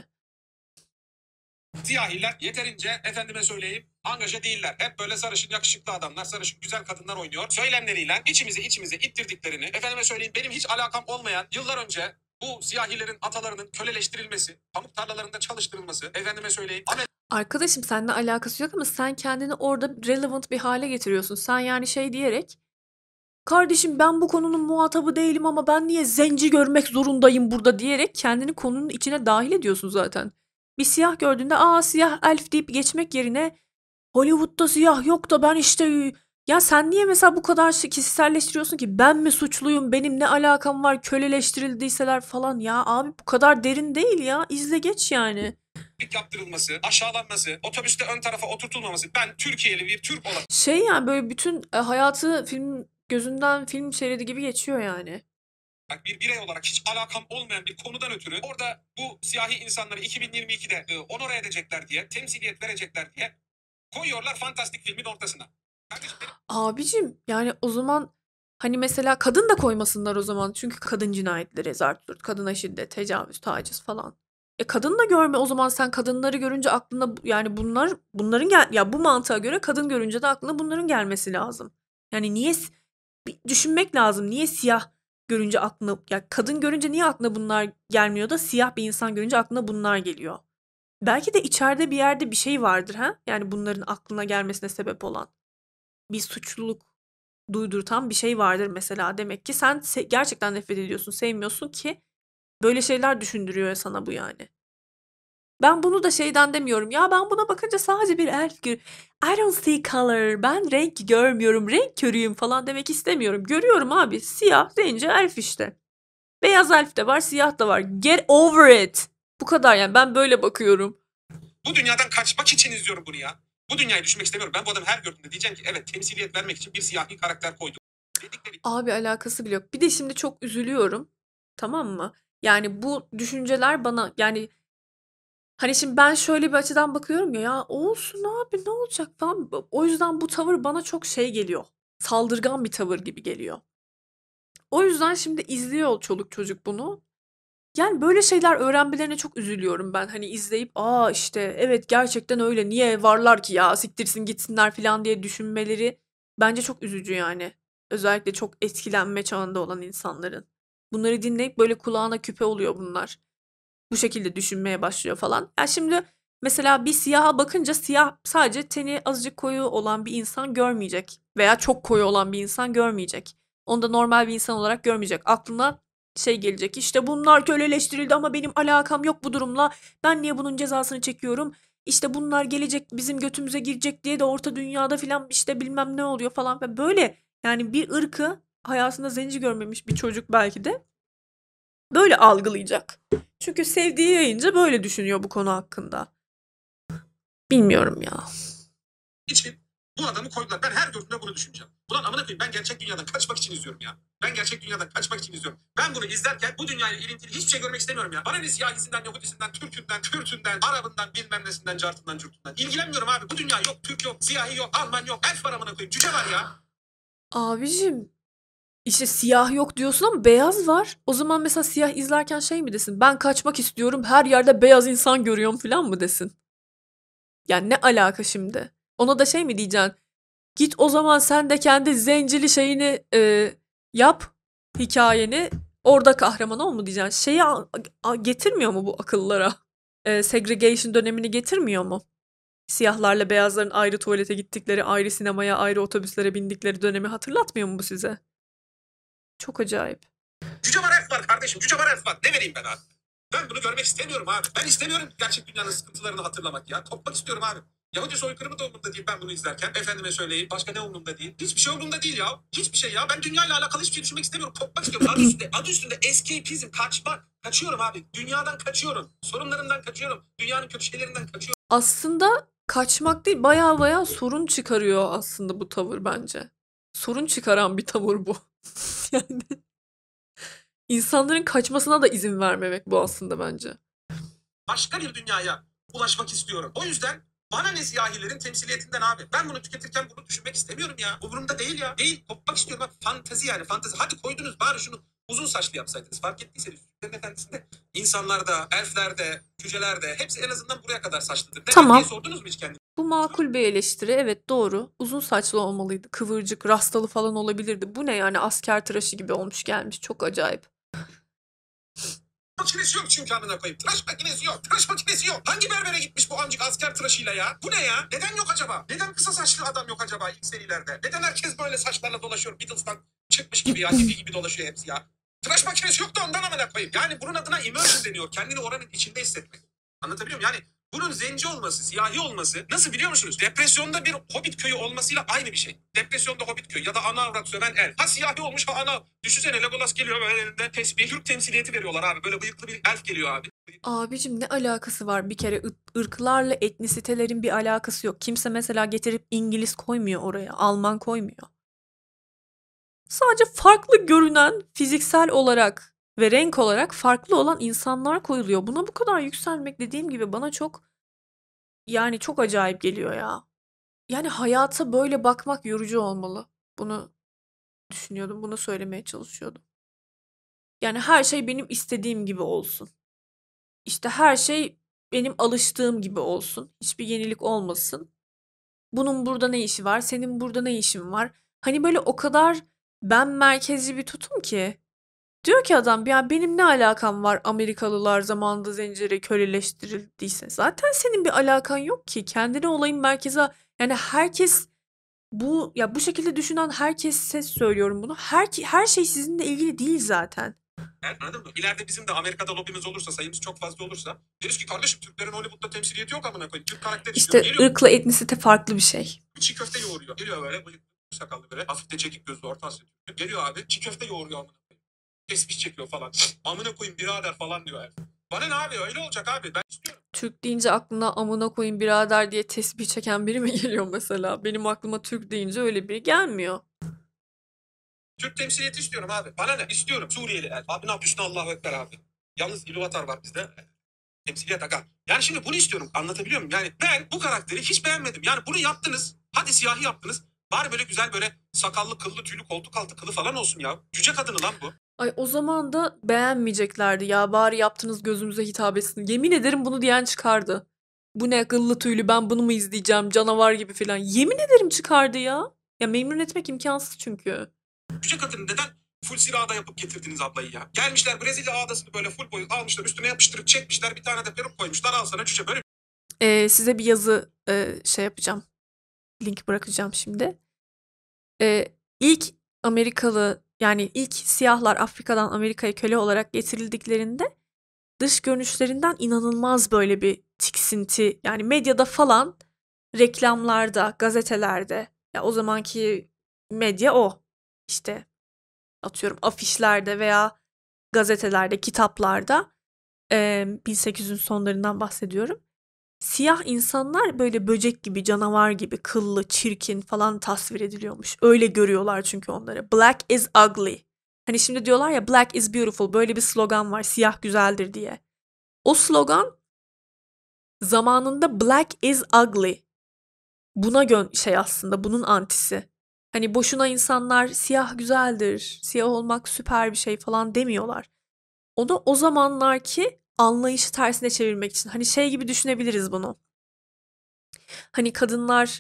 Siyahiler yeterince efendime söyleyeyim angaja değiller. Hep böyle sarışın yakışıklı adamlar, sarışın güzel kadınlar oynuyor. Söylemleriyle içimize ittirdiklerini efendime söyleyeyim benim hiç alakam olmayan yıllar önce bu siyahilerin atalarının köleleştirilmesi, pamuk tarlalarında çalıştırılması, efendime söyleyeyim Arkadaşım seninle alakası yok ama sen kendini orada relevant bir hale getiriyorsun. Sen yani şey diyerek kardeşim ben bu konunun muhatabı değilim ama ben niye zenci görmek zorundayım burada diyerek kendini konunun içine dahil ediyorsun zaten. Bir siyah gördüğünde siyah elf deyip geçmek yerine Hollywood'da siyah yok da ben işte ya sen niye mesela bu kadar kişiselleştiriyorsun ki ben mi suçluyum benim ne alakam var köleleştirildiyseler falan ya abi bu kadar derin değil ya izle geç yani. yaptırılması, aşağılanması, otobüste ön tarafa oturtulmaması. Ben Türkiye'li bir Türk olarak Şey yani böyle bütün hayatı film gözünden film şeridi gibi geçiyor yani. bir birey olarak hiç alakam olmayan bir konudan ötürü orada bu siyahi insanları 2022'de onore edecekler diye, temsiliyet verecekler diye koyuyorlar fantastik filmin ortasına. Kardeşim benim Abicim yani o zaman Hani mesela kadın da koymasınlar o zaman. Çünkü kadın cinayetleri, zart zurt, kadına şiddet, tecavüz, taciz falan. Kadın da görme o zaman, sen kadınları görünce aklına yani bunların ya bu mantığa göre kadın görünce de aklına bunların gelmesi lazım. Yani niye bir düşünmek lazım. Niye siyah görünce aklına, ya kadın görünce niye aklına bunlar gelmiyor da siyah bir insan görünce aklına bunlar geliyor? Belki de içeride bir yerde bir şey vardır ha? Yani bunların aklına gelmesine sebep olan bir suçluluk duydurtan bir şey vardır mesela. Demek ki sen gerçekten nefret ediyorsun, sevmiyorsun ki böyle şeyler düşündürüyor sana bu yani. Ben bunu da şeyden demiyorum. Ya ben buna bakınca sadece bir elf I don't see color. Ben renk görmüyorum. Renk körüyüm falan demek istemiyorum. Görüyorum abi. Siyah, zenci, elf işte. Beyaz elf de var, siyah da var. Get over it. Bu kadar yani. Ben böyle bakıyorum. Bu dünyadan kaçmak için izliyorum bunu ya. Bu dünyayı düşünmek istemiyorum. Ben bu adamı her gördüğümde diyeceğim ki evet, temsiliyet vermek için bir siyahi karakter koydum. Dedikleri Abi alakası bile yok. Bir de şimdi çok üzülüyorum. Tamam mı? Yani bu düşünceler bana yani hani şimdi ben şöyle bir açıdan bakıyorum ya olsun abi ne olacak falan. O yüzden bu tavır bana çok şey geliyor. Saldırgan bir tavır gibi geliyor. O yüzden şimdi izliyor çoluk çocuk bunu. Yani böyle şeyler öğrenmelerine çok üzülüyorum ben. Hani izleyip aa işte evet gerçekten öyle niye varlar ki ya siktirsin gitsinler falan diye düşünmeleri bence çok üzücü yani. Özellikle çok etkilenme çağında olan insanların. Bunları dinleyip böyle kulağına küpe oluyor bunlar. Bu şekilde düşünmeye başlıyor falan. Ya şimdi mesela bir siyaha bakınca siyah sadece teni azıcık koyu olan bir insan görmeyecek. Veya çok koyu olan bir insan görmeyecek. Onu da normal bir insan olarak görmeyecek. Aklına şey gelecek, işte bunlar köleleştirildi ama benim alakam yok bu durumla. Ben niye bunun cezasını çekiyorum? İşte bunlar gelecek bizim götümüze girecek diye de orta dünyada filan işte bilmem ne oluyor falan. Ve böyle yani bir ırkı hayatında zenci görmemiş bir çocuk belki de böyle algılayacak. Çünkü sevdiği yayınca böyle düşünüyor bu konu hakkında. Bilmiyorum ya. için bu adamı koydular. Ben her gördüğümde bunu düşüneceğim. Ulan amına koyayım, ben gerçek dünyadan kaçmak için izliyorum ya. Ben gerçek dünyadan kaçmak için izliyorum. Ben bunu izlerken bu dünyayla ilintili hiçbir şey görmek istemiyorum ya. Bana ne siyahisinden, Yahudisinden, Türkünden, Kürtünden, Arabından, bilmem nesinden, cartından, curtundan. İlgilenmiyorum abi. Bu dünya yok, Türk yok, siyahi yok, Alman yok, elf var amına koyayım. Cüce var ya. Abicim işte siyah yok diyorsun ama beyaz var. O zaman mesela siyah izlerken şey mi desin? Ben kaçmak istiyorum her yerde beyaz insan görüyorum falan mı desin? Yani ne alaka şimdi? Ona da şey mi diyeceksin? Git o zaman sen de kendi zencili şeyini yap hikayeni. Orada kahraman ol mu diyeceksin? Şeyi getirmiyor mu bu akıllara? Segregation dönemini getirmiyor mu? Siyahlarla beyazların ayrı tuvalete gittikleri, ayrı sinemaya, ayrı otobüslere bindikleri dönemi hatırlatmıyor mu bu size? Çok acayip. Cüce var, elf var kardeşim. Cüce var, elf var. Ne vereyim ben abi? Ben bunu görmek istemiyorum abi. Ben istemiyorum gerçek dünyanın sıkıntılarını hatırlamak ya. Kopmak istiyorum abi. Yahudi soykırımı da umurumda değil ben bunu izlerken. Efendime söyleyeyim. Başka ne umurumda değil? Hiçbir şey umurumda değil ya. Hiçbir şey ya. Ben dünyayla alakalı hiçbir şey düşünmek istemiyorum. Kopmak istiyorum. Adı üstünde escapism. Kaçmak. Kaçıyorum abi. Dünyadan kaçıyorum. Sorunlarımdan kaçıyorum. Dünyanın kötü şeylerinden kaçıyorum. Aslında kaçmak değil, baya baya sorun çıkarıyor aslında bu tavır bence. Sorun çıkaran bir tavır bu. Yani insanların kaçmasına da izin vermemek bu aslında bence. Başka bir dünyaya ulaşmak istiyorum. O yüzden bana ne siyahilerin temsiliyetinden abi. Ben bunu tüketirken bunu düşünmek istemiyorum ya. Umurumda değil ya. Değil. Kopmak istiyorum. Bak fantezi yani fantezi. Hadi koydunuz bari şunu uzun saçlı yapsaydınız. Fark ettiyseniz Yüzüklerin Efendisi'nde insanlarda, elflerde, cücelerde hepsi en azından buraya kadar saçlıdır. Neden Tamam. diye sordunuz mu hiç kendinize? Bu makul bir eleştiri. Evet doğru. Uzun saçlı olmalıydı. Kıvırcık, rastalı falan olabilirdi. Bu ne yani, asker tıraşı gibi olmuş gelmiş. Çok acayip. Makinesi yok çünkü amına koyayım. Tıraş makinesi yok. Tıraş makinesi yok. Hangi berbere gitmiş bu amcık asker tıraşıyla ya? Bu ne ya? Neden yok acaba? Neden kısa saçlı adam yok acaba ilk serilerde? Neden herkes böyle saçlarla dolaşıyor? Beatles'tan çıkmış gibi ya. Gibi gibi dolaşıyor hepsi ya. Tıraş makinesi yok da ondan amına koyayım. Yani bunun adına immersion deniyor. Kendini oranın içinde hissetmek. Anlatabiliyor muyum? Yani bunun zenci olması, siyahi olması nasıl biliyor musunuz? Depresyonda bir hobbit köyü olmasıyla aynı bir şey. Depresyonda hobbit köyü ya da ana avrat söven el. Ha siyahi olmuş ha ana. Düşünsene Legolas geliyor böyle elinde tesbih. Türk temsiliyeti veriyorlar abi. Böyle bıyıklı bir elf geliyor abi. Abicim ne alakası var? Bir kere ırklarla etnisitelerin bir alakası yok. Kimse mesela getirip İngiliz koymuyor oraya, Alman koymuyor. Sadece farklı görünen, fiziksel olarak ve renk olarak farklı olan insanlar koyuluyor. Buna bu kadar yükselmek dediğim gibi bana çok yani çok acayip geliyor ya. Yani hayata böyle bakmak yorucu olmalı. Bunu düşünüyordum. Bunu söylemeye çalışıyordum. Yani her şey benim istediğim gibi olsun. İşte her şey benim alıştığım gibi olsun. Hiçbir yenilik olmasın. Bunun burada ne işi var? Senin burada ne işin var? Hani böyle o kadar ben merkezci bir tutum ki. Diyor ki adam ya benim ne alakam var Amerikalılar zamanında zincire köleleştirildiyse. Zaten senin bir alakan yok ki. Kendine olayın merkeze yani herkes bu şekilde düşünen herkese söylüyorum bunu. Her şey sizinle ilgili değil zaten. Anladın mı? İleride bizim de Amerika'da lobimiz olursa, sayımız çok fazla olursa deriz ki kardeşim Türklerin Hollywood'da temsiliyeti yok amına koyayım. Türk karakter istiyorum. İşte Geliyor ırkla etnisite farklı bir şey. çiğ köfte yoğuruyor. Geliyor böyle bıyıklı sakallı böyle. Hafif de çekik gözlü orta Asya Türk'ü. Geliyor abi çiğ köfte yoğuruyor amına koyayım. Tesbih çekiyor falan. Amına koyayım birader falan diyor herif. Bana ne abi öyle olacak abi ben istiyorum. Türk deyince aklına amına koyayım birader diye tesbih çeken biri mi geliyor mesela? Benim aklıma Türk deyince öyle biri gelmiyor. Türk temsiliyeti istiyorum abi. Bana ne? İstiyorum. Suriyeli el. Abi ne yapıyorsun Allahu Ekber abi. Yalnız İluvatar var bizde. Temsiliyet aga. Yani şimdi bunu istiyorum. Anlatabiliyor muyum? Yani ben bu karakteri hiç beğenmedim. Yani bunu yaptınız. Hadi siyahi yaptınız. Bari böyle güzel böyle sakallı, kıllı, tüylü, koltuk altı kılı falan olsun ya. Cüce kadını lan bu. Ay o zaman da beğenmeyeceklerdi ya bari yaptınız gözümüze hitap etsin. Yemin ederim bunu diyen çıkardı. Bu ne kıllı tüylü ben bunu mu izleyeceğim canavar gibi falan. Yemin ederim çıkardı ya. Ya memnun etmek imkansız çünkü. Cüce kadını neden full silahda yapıp getirdiniz ablayı ya? Gelmişler Brezilya ağdasını böyle full boyu almışlar üstüne yapıştırıp çekmişler bir tane de peruk koymuşlar al sana cüce böyle. Size bir yazı şey yapacağım. Link bırakacağım şimdi. İlk Amerikalı yani ilk siyahlar Afrika'dan Amerika'ya köle olarak getirildiklerinde dış görünüşlerinden inanılmaz böyle bir tiksinti yani medyada falan reklamlarda, gazetelerde ya o zamanki medya o işte atıyorum afişlerde veya gazetelerde, kitaplarda 1800'ün sonlarından bahsediyorum. Siyah insanlar böyle böcek gibi, canavar gibi, kıllı, çirkin falan tasvir ediliyormuş. Öyle görüyorlar çünkü onları. Black is ugly. Hani şimdi diyorlar ya black is beautiful. Böyle bir slogan var. Siyah güzeldir diye. O slogan zamanında black is ugly. Buna şey aslında bunun antisi. Hani boşuna insanlar siyah güzeldir, siyah olmak süper bir şey falan demiyorlar. Onu o zamanlarki anlayışı tersine çevirmek için. Hani şey gibi düşünebiliriz bunu. Hani kadınlar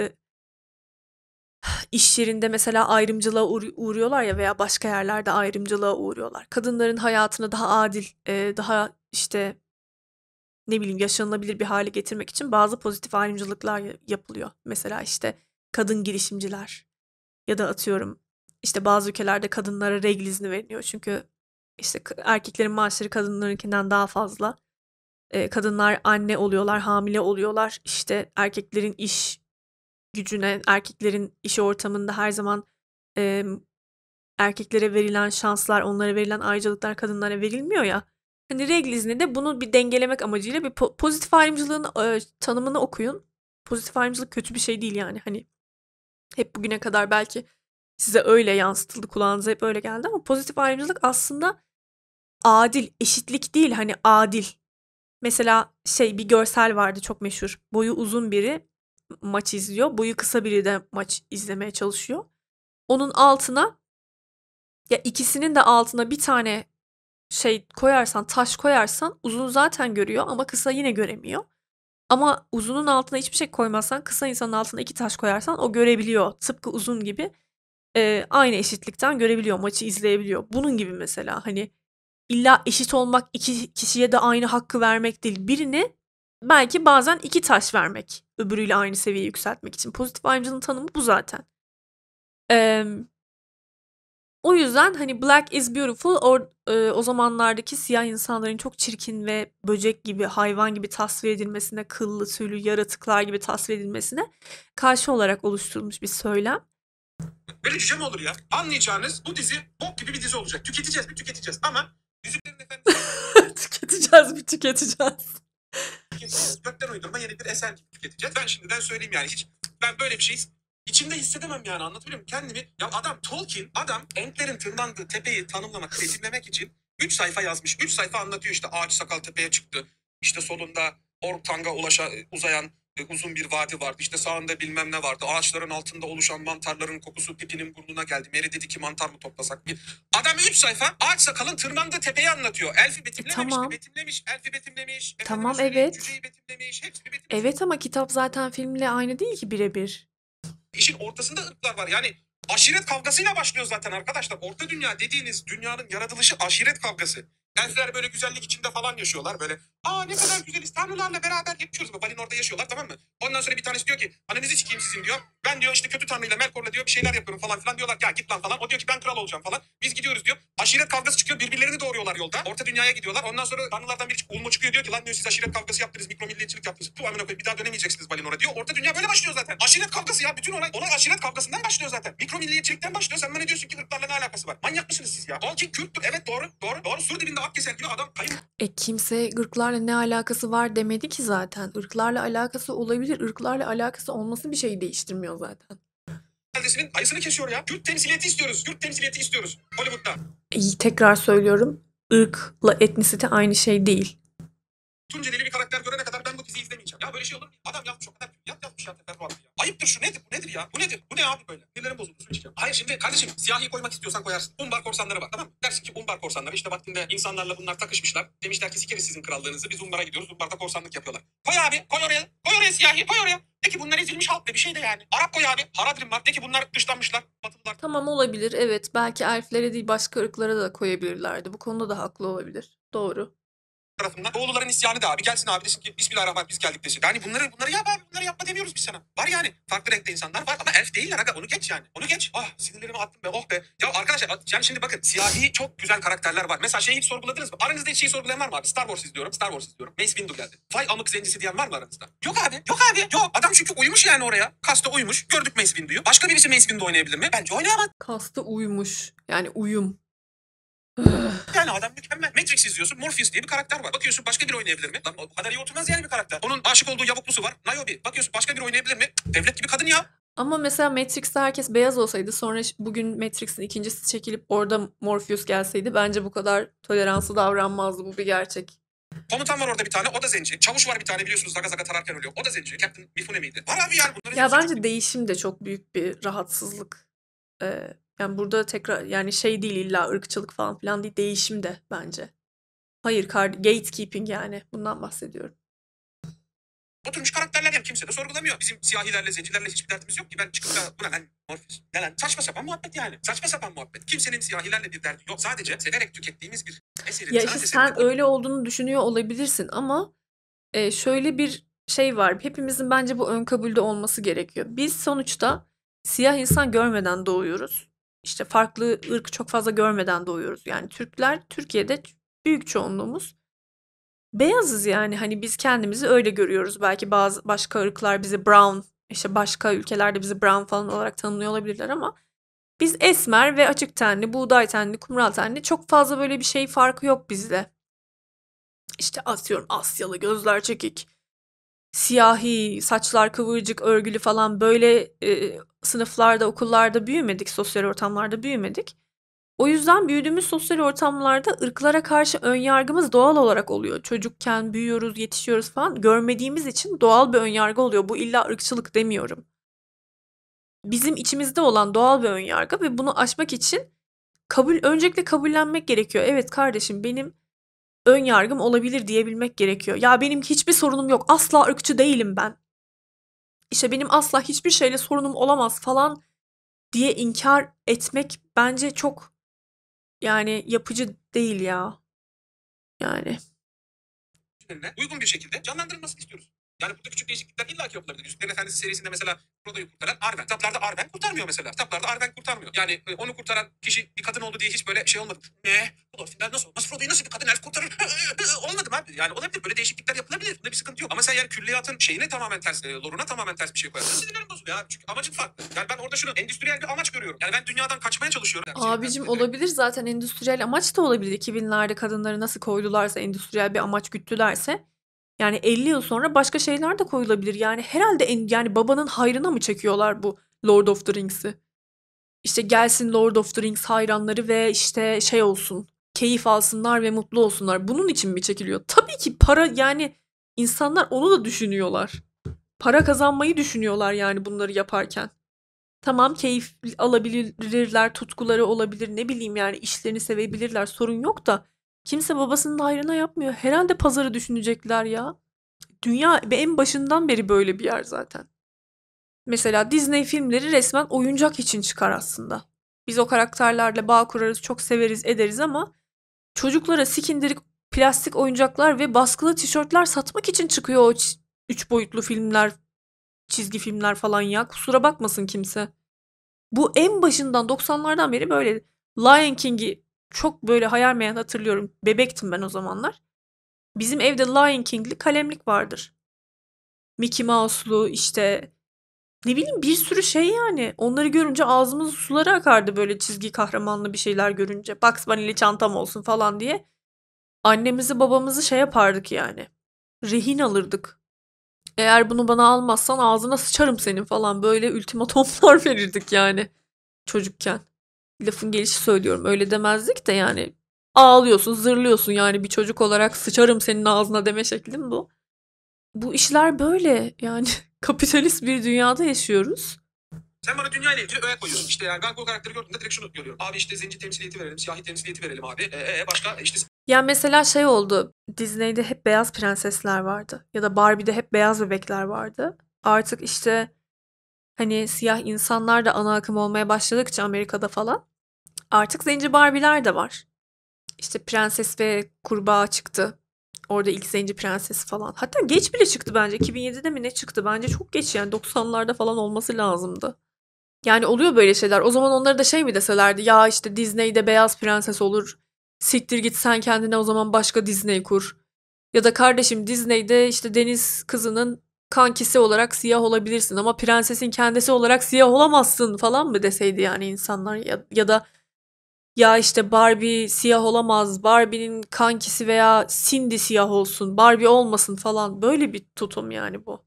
iş yerinde mesela ayrımcılığa uğruyorlar ya veya başka yerlerde ayrımcılığa uğruyorlar. Kadınların hayatını daha adil, daha işte ne bileyim yaşanılabilir bir hale getirmek için bazı pozitif ayrımcılıklar yapılıyor. Mesela işte kadın girişimciler ya da atıyorum işte bazı ülkelerde kadınlara regl izni veriliyor. Çünkü işte erkeklerin maaşları kadınlarınkinden daha fazla. Kadınlar anne oluyorlar, hamile oluyorlar. İşte erkeklerin iş gücüne, erkeklerin iş ortamında her zaman erkeklere verilen şanslar, onlara verilen ayrıcalıklar kadınlara verilmiyor ya. Hani regl izni de bunu bir dengelemek amacıyla bir pozitif ayrımcılığın tanımını okuyun. Pozitif ayrımcılık kötü bir şey değil yani. Hani hep bugüne kadar belki size öyle yansıtıldı, kulağınıza hep öyle geldi ama pozitif ayrımcılık aslında adil, eşitlik değil hani adil. Mesela bir görsel vardı çok meşhur. Boyu uzun biri maç izliyor. Boyu kısa biri de maç izlemeye çalışıyor. Onun altına ya ikisinin de altına bir tane taş koyarsan uzun zaten görüyor ama kısa yine göremiyor. Ama uzunun altına hiçbir şey koymazsan kısa insanın altına 2 taş koyarsan o görebiliyor. Tıpkı uzun gibi aynı eşitlikten görebiliyor, maçı izleyebiliyor. Bunun gibi mesela hani illa eşit olmak, iki kişiye de aynı hakkı vermek değil. Birine belki bazen 2 taş vermek. Öbürüyle aynı seviyeye yükseltmek için. Pozitif ayrımcılığın tanımı bu zaten. O yüzden hani Black is Beautiful o zamanlardaki siyah insanların çok çirkin ve böcek gibi, hayvan gibi tasvir edilmesine, kıllı tüylü yaratıklar gibi tasvir edilmesine karşı olarak oluşturulmuş bir söylem. Böyle cüce mi olur ya? Anlayacağınız bu dizi bok gibi bir dizi olacak. Tüketeceğiz mi? Tüketeceğiz. Ama Yüzüklerin Efendisi Tüketeceğiz. gökten uydurma yeni bir eser gibi tüketeceğiz. Ben şimdiden söyleyeyim yani ben böyle bir şey içimde hissedemem yani anlatabiliyor muyum? Kendimi ya Tolkien Entlerin tırmandığı tepeyi tanımlamak, betimlemek için 3 sayfa yazmış. 3 sayfa anlatıyor işte ağaç sakal tepeye çıktı. İşte solunda Ortang'a uzayan uzun bir vadi vardı. İşte sağında bilmem ne vardı. Ağaçların altında oluşan mantarların kokusu pipinin burnuna geldi. Mary dedi ki mantar mı toplasak? Adam 3 sayfa ağaç sakalın tırmandığı tepeyi anlatıyor. Elfi betimlememiş mi? Tamam. Betimlemiş. Elfi betimlemiş. Tamam, Efendime söyleyeyim, evet. cüceyi betimlemiş. Hepsini betimlemiş. Evet ama kitap zaten filmle aynı değil ki birebir. İşin ortasında ırklar var. Yani aşiret kavgasıyla başlıyor zaten arkadaşlar. Orta dünya dediğiniz dünyanın yaratılışı aşiret kavgası. Elfler böyle güzellik içinde falan yaşıyorlar böyle. Aa ne kadar güzeliz tanrılarla beraber yaşıyoruz. Balin orada yaşıyorlar, tamam mı? Ondan sonra bir tanesi diyor ki annenizi sikeyim sizin diyor. Ben diyor işte kötü tanrıyla Melkor'la diyor bir şeyler yapıyorum falan filan, diyorlar ki ya git lan falan. O diyor ki ben kral olacağım falan. Biz gidiyoruz diyor. Aşiret kavgası çıkıyor, birbirlerini doğuruyorlar yolda. Orta dünyaya gidiyorlar. Ondan sonra tanrılardan biri Ulmo çıkıyor, diyor ki lan diyor siz aşiret kavgası yaptınız, mikro milliyetçilik yaptınız. Bu amına koyayım bir daha dönemeyeceksiniz Valinor'a diyor. Orta dünya böyle başlıyor zaten. Aşiret kavgası ya, bütün olay aşiret kavgasından başlıyor zaten. Mikro milliyetçilikten başlıyor. Sen bana diyorsun ki ırklarla ne alakası var? Manyak mısınız siz ya? Tolkien Kürttür. Evet doğru. Sur dibinde ak keser gibi adam kayıp. Kimse ırklarla ne alakası var demedi ki zaten. Irklarla alakası olabilir. Irklarla alakası olması bir şeyi değiştirmiyor zaten. Beldesinin ayısını kesiyor ya. Kürt temsiliyeti istiyoruz. Kürt temsiliyeti istiyoruz. Hollywood'da. Tekrar söylüyorum. Irkla etnisite aynı şey değil. Tuncelili bir karakter görene kadar ben bu diziyi izlemeyeceğim. Ya böyle şey olur mu? Adam yazmış o kadar. Yazmış ya teferruatlı ya. Ayıptır şu, nedir? Bu nedir ya? Bu nedir? Bu ne abi böyle? Sinirlerim bozuldu, su içeceğim. Hayır şimdi kardeşim siyahi koymak istiyorsan koyarsın. Umbar korsanları var, tamam mı? Dersin ki Umbar korsanları işte vaktinde insanlarla bunlar takışmışlar. Demişler ki sikeriz sizin krallığınızı, biz Umbar'a gidiyoruz. Umbar'da korsanlık yapıyorlar. Koy abi, koy oraya. Koy oraya siyahi, koy oraya. De ki bunlar ezilmiş halk, bir şey de yani. Arap koy abi. Haradrim var. De ki bunlar dışlanmışlar. Batılılar. Tamam, olabilir. Evet, belki elflere değil başka ırklara da koyabilirlerdi. Bu konuda da haklı olabilir. Doğru. Tarafından Doğuluların isyanı da abi gelsin abi desin ki Bismillahirrahmanirrahim biz geldik desin. Yani bunları yap abi, bunları yapma demiyoruz biz sana. Var yani farklı renkte insanlar var ama elf değiller aga, onu geç yani. Onu geç. Ah sinirlerimi attım be, oh be. Ya arkadaşlar yani şimdi bakın siyahi çok güzel karakterler var. Mesela şeyi hiç sorguladınız mı? Aranızda hiç şeyi sorgulayan var mı abi? Star Wars izliyorum. Mace Windu geldi. Vay amık zencisi diyen var mı aranızda? Yok abi yok. Adam çünkü uyumuş yani oraya. Kasta uyumuş. Gördük Mace Windu'yu. Başka birisi Mace Windu oynayabilir mi? Bence oynayamaz. Kasta uymuş. Yani uyum. Yani adam mükemmel. Matrix izliyorsun. Morpheus diye bir karakter var. Bakıyorsun başka biri oynayabilir mi? Lan o kadar iyi oturmaz yani bir karakter. Onun aşık olduğu yavuklusu var. Niobe. Bakıyorsun başka biri oynayabilir mi? Devlet gibi kadın ya. Ama mesela Matrix'te herkes beyaz olsaydı, sonra bugün Matrix'in ikincisi çekilip orada Morpheus gelseydi bence bu kadar toleranslı davranmazdı. Bu bir gerçek. Komutan var orada bir tane. O da zenci. Çavuş var bir tane, biliyorsunuz zaga zaga tararken ölüyor. O da zenci. Captain Mifune miydi? Var abi yani bunların Ya hepsi bence çok- değişim de çok büyük bir rahatsızlık. Yani burada tekrar yani şey değil, illa ırkçılık falan filan değil, değişim de bence. Hayır, gatekeeping, yani bundan bahsediyorum. oturmuş karakterler yani kimse de sorgulamıyor. Bizim siyahilerle, zencilerle hiçbir derdimiz yok ki. Ben çıkıp da buna lan Morpheus. Ne lan? Saçma sapan muhabbet yani. Saçma sapan muhabbet. Kimsenin siyahilerle bir derdi yok. Sadece severek tükettiğimiz bir eserin. Ya sanat işte eserinin sen öyle olduğunu düşünüyor olabilirsin ama şöyle bir şey var. Hepimizin bence bu ön kabulde olması gerekiyor. Biz sonuçta siyah insan görmeden doğuyoruz. İşte farklı ırk çok fazla görmeden doğuyoruz. Yani Türkler, Türkiye'de büyük çoğunluğumuz beyazız yani. Hani biz kendimizi öyle görüyoruz. Belki bazı başka ırklar bizi brown, işte başka ülkelerde bizi brown falan olarak tanımlıyor olabilirler ama biz esmer ve açık tenli, buğday tenli, kumral tenli, çok fazla böyle bir şey farkı yok bizde. İşte atıyorum Asyalı, gözler çekik, siyahi, saçlar kıvırcık, örgülü falan, böyle sınıflarda, okullarda büyümedik, sosyal ortamlarda büyümedik. O yüzden büyüdüğümüz sosyal ortamlarda ırklara karşı ön yargımız doğal olarak oluyor. Çocukken büyüyoruz, yetişiyoruz falan, görmediğimiz için doğal bir ön yargı oluyor. Bu illa ırkçılık demiyorum. Bizim içimizde olan doğal bir ön yargı ve bunu aşmak için öncelikle kabullenmek gerekiyor. Evet kardeşim, benim ön yargım olabilir diyebilmek gerekiyor. Ya benim hiçbir sorunum yok. Asla ırkçı değilim ben. İşte benim asla hiçbir şeyle sorunum olamaz falan diye inkar etmek bence çok, yani yapıcı değil ya. Yani. uygun bir şekilde canlandırılmasını istiyoruz. Yani burada küçük değişiklikler illaki yapılabilir. Yüzüklerin Efendisi serisinde mesela Frodo'yu kurtaran Arwen. Kitaplarda Arwen kurtarmıyor mesela. Kitaplarda Arwen kurtarmıyor. Yani onu kurtaran kişi bir kadın oldu diye hiç böyle şey olmadı. Ne? Bu filmler nasıl olmaz? Frodo'yu nasıl bir kadın elf kurtarır? Olmadı mı abi? Yani olabilir. Böyle değişiklikler yapılabilir. Bunda bir sıkıntı yok. Ama sen yani külliyatın şeyine tamamen ters, loruna tamamen ters bir şey koyarsın. Sinirlerim bozuluyor ya. Çünkü amacın farklı. Yani ben orada şunu endüstriyel bir amaç görüyorum. Yani ben dünyadan kaçmaya çalışıyorum. Abicim, olabilir zaten, endüstriyel amaç da olabilir. 2000'lerde kadınları nasıl koydularsa, endüstriyel bir amaç güttülerse, yani 50 yıl sonra başka şeyler de koyulabilir. Yani herhalde yani babanın hayrına mı çekiyorlar bu Lord of the Rings'i? İşte gelsin Lord of the Rings hayranları ve işte şey olsun, keyif alsınlar ve mutlu olsunlar. Bunun için mi çekiliyor? Tabii ki para, yani insanlar onu da düşünüyorlar. Para kazanmayı düşünüyorlar yani bunları yaparken. Tamam, keyif alabilirler, tutkuları olabilir, ne bileyim yani işlerini sevebilirler, sorun yok da kimse babasının hayrına yapmıyor. Herhalde pazarı düşünecekler ya. Dünya en başından beri böyle bir yer zaten. Mesela Disney filmleri resmen oyuncak için çıkar aslında. Biz o karakterlerle bağ kurarız, çok severiz, ederiz ama çocuklara sikindirik plastik oyuncaklar ve baskılı tişörtler satmak için çıkıyor o üç boyutlu filmler, çizgi filmler falan ya. Kusura bakmasın kimse. Bu en başından 90'lardan beri böyle. Lion King'i çok böyle hayal meyal hatırlıyorum. Bebektim ben o zamanlar. Bizim evde Lion King'li kalemlik vardır. Mickey Mouse'lu işte ne bileyim bir sürü şey yani. Onları görünce ağzımızın suları akardı böyle çizgi kahramanlı bir şeyler görünce. Bugs Bunny'li çantam olsun falan diye. Annemizi babamızı şey yapardık yani. Rehin alırdık. Eğer bunu bana almazsan ağzına sıçarım senin falan böyle ultimatomlar verirdik yani çocukken. Lafın gelişi söylüyorum öyle demezdik de yani ağlıyorsun zırlıyorsun yani bir çocuk olarak sıçarım senin ağzına deme şeklim bu. Bu işler böyle yani kapitalist bir dünyada yaşıyoruz. Sen bana dünya ile ilgili öğe koyuyorsun. İşte yani ben bu karakteri gördüğümde direkt şunu görüyorum. Abi işte zenci temsiliyeti verelim, siyahi temsiliyeti verelim abi. Başka işte Yani mesela şey oldu, Disney'de hep beyaz prensesler vardı ya da Barbie'de hep beyaz bebekler vardı. Artık işte hani siyah insanlar da ana akım olmaya başladıkça Amerika'da falan artık zenci Barbie'ler de var. İşte Prenses ve Kurbağa çıktı. Orada ilk Zenci Prenses falan. Hatta geç bile çıktı bence. 2007'de mi ne çıktı? Bence çok geç yani 90'larda falan olması lazımdı. Yani oluyor böyle şeyler. O zaman onları da şey mi deselerdi? Ya işte Disney'de beyaz prenses olur. Siktir git sen kendine o zaman başka Disney kur. Ya da kardeşim Disney'de işte deniz kızının kankisi olarak siyah olabilirsin ama prensesin kendisi olarak siyah olamazsın falan mı deseydi yani insanlar ya da ya işte Barbie siyah olamaz, Barbie'nin kankisi veya Cindy siyah olsun, Barbie olmasın falan. Böyle bir tutum yani bu.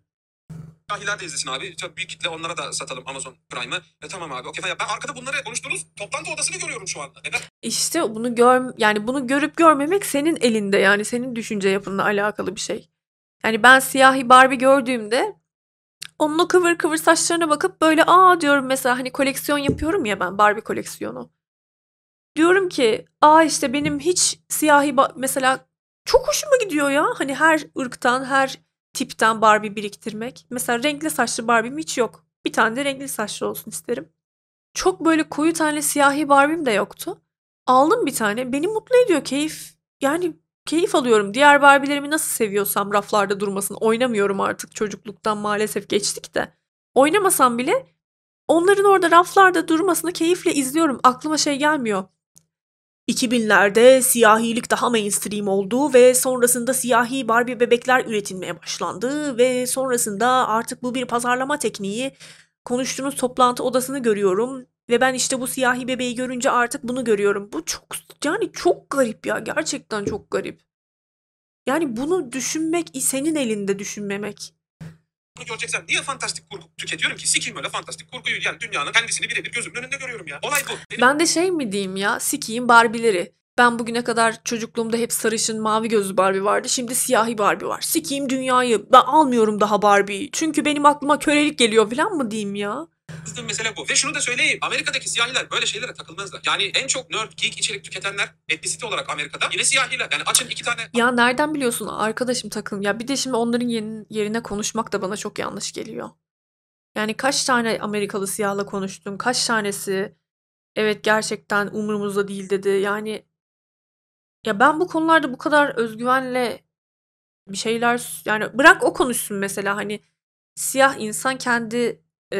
siyahiler de izlesin abi. Çok büyük kitle onlara da satalım Amazon Prime'ı. Tamam abi okey falan. Ben arkada bunları konuştuğunuz toplantı odasını görüyorum şu anda. Ben İşte yani bunu görüp görmemek senin elinde yani senin düşünce yapınla alakalı bir şey. Yani ben siyahi Barbie gördüğümde onun o kıvır kıvır saçlarına bakıp böyle aa diyorum mesela hani koleksiyon yapıyorum ya ben Barbie koleksiyonu. Diyorum ki aa işte benim hiç siyahi mesela çok hoşuma gidiyor ya. Hani her ırktan, her tipten Barbie biriktirmek. Mesela renkli saçlı Barbie'm hiç yok. Bir tane de renkli saçlı olsun isterim. Çok böyle koyu tane siyahi Barbie'm de yoktu. Aldım bir tane. Beni mutlu ediyor. Yani keyif alıyorum. Diğer Barbie'lerimi nasıl seviyorsam raflarda durmasını oynamıyorum artık. Çocukluktan maalesef geçtik de. Oynamasam bile onların orada raflarda durmasını keyifle izliyorum. Aklıma şey gelmiyor. 2000'lerde siyahilik daha mainstream oldu ve sonrasında siyahi Barbie bebekler üretilmeye başlandı ve sonrasında artık bu bir pazarlama tekniği. Konuştuğunuz toplantı odasını görüyorum ve ben işte bu siyahi bebeği görünce artık bunu görüyorum. Bu çok yani çok garip ya gerçekten çok garip. Yani bunu düşünmek senin elinde düşünmemek. bunu göreceksem niye fantastik kurgu tüketiyorum ki? Sikeyim öyle fantastik kurguyu. Yani dünyanın kendisini birebir gözümün önünde görüyorum ya. Olay bu. Ben de şey mi diyeyim ya sikiyim Barbie'leri. Ben bugüne kadar çocukluğumda hep sarışın mavi gözlü Barbie vardı. Şimdi siyahi Barbie var. Sikiyim dünyayı. Ben almıyorum daha Barbie'yi. Çünkü benim aklıma kölelik geliyor falan mı diyeyim ya? Kızdığım mesele bu. Ve şunu da söyleyeyim. Amerika'daki siyahiler böyle şeylere takılmazlar. Yani en çok nerd, geek içerik tüketenler etnisite olarak Amerika'da yine siyahiler. Yani açın iki tane Ya nereden biliyorsun arkadaşım takım? Ya bir de şimdi onların yerine konuşmak da bana çok yanlış geliyor. Yani kaç tane Amerikalı siyahla konuştum? Kaç tanesi evet gerçekten umurumuzda değil dedi. Yani ya ben bu konularda bu kadar özgüvenle bir şeyler yani bırak o konuşsun mesela hani siyah insan kendi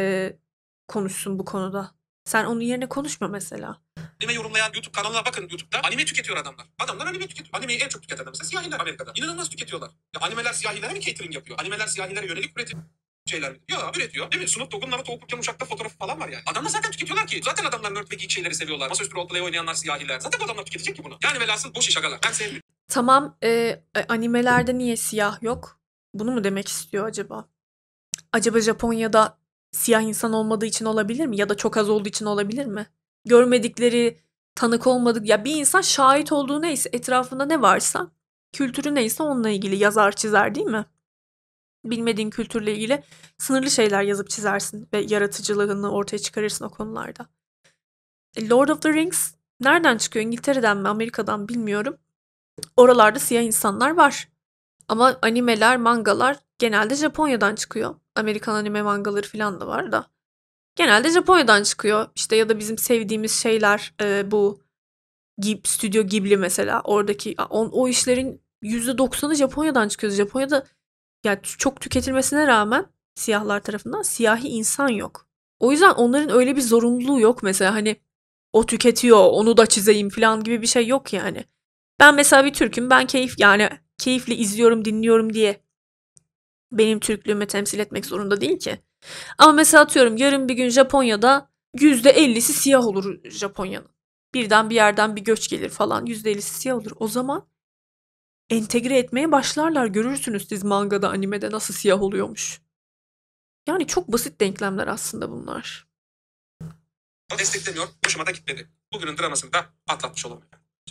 konuşsun bu konuda. Sen onun yerine konuşma mesela. anime yorumlayan YouTube kanalına bakın YouTube'da. Anime tüketiyor adamlar. Adamlar anime tüketiyor. Animeyi en çok tüketen mesela siyahiler Amerika'da. İnanılmaz tüketiyorlar. Ya animeler siyahilere mi catering yapıyor? Animeler siyahilere yönelik üretim şeyler mi? Ya üretiyor. Değil mi? Snoop Dogg'un Naruto okurken uçakta fotoğrafı falan var yani. Adamlar zaten tüketiyorlar ki. Zaten adamlar nerd ve geek şeyleri seviyorlar. Masaüstü roleplay oynayanlar siyahiler. Zaten bu adamlar tüketecek ki bunu. Yani velhasıl boş iş agalar. Ben sevmiyorum. Tamam animelerde niye siyah yok? Bunu mu demek istiyor acaba? Acaba Japonya'da siyah insan olmadığı için olabilir mi? Ya da çok az olduğu için olabilir mi? Görmedikleri, tanık olmadık ya bir insan şahit olduğu neyse etrafında ne varsa kültürü neyse onunla ilgili yazar çizer değil mi? Bilmediğin kültürle ilgili sınırlı şeyler yazıp çizersin ve yaratıcılığını ortaya çıkarırsın o konularda. Lord of the Rings nereden çıkıyor? İngiltere'den mi, Amerika'dan bilmiyorum. Oralarda siyah insanlar var. Ama animeler, mangalar genelde Japonya'dan çıkıyor. Amerikan anime mangaları falan da var da. Genelde Japonya'dan çıkıyor. İşte ya da bizim sevdiğimiz şeyler bu Stüdyo Ghibli mesela. Oradaki o işlerin %90'ı Japonya'dan çıkıyor. Japonya'da yani çok tüketilmesine rağmen siyahlar tarafından siyahi insan yok. O yüzden onların öyle bir zorunluluğu yok mesela hani o tüketiyor onu da çizeyim falan gibi bir şey yok yani. Ben mesela bir Türk'üm ben keyifli izliyorum dinliyorum diye benim Türklüğümü temsil etmek zorunda değil ki. Ama mesela atıyorum yarın bir gün Japonya'da %50'si siyah olur Japonya'nın. Birden bir yerden bir göç gelir falan %50'si siyah olur. O zaman entegre etmeye başlarlar. Görürsünüz siz mangada, animede nasıl siyah oluyormuş. Yani çok basit denklemler aslında bunlar. Desteklemiyor. Hoşuma da gitmedi. Bugünün dramasını da atlatmış olalım.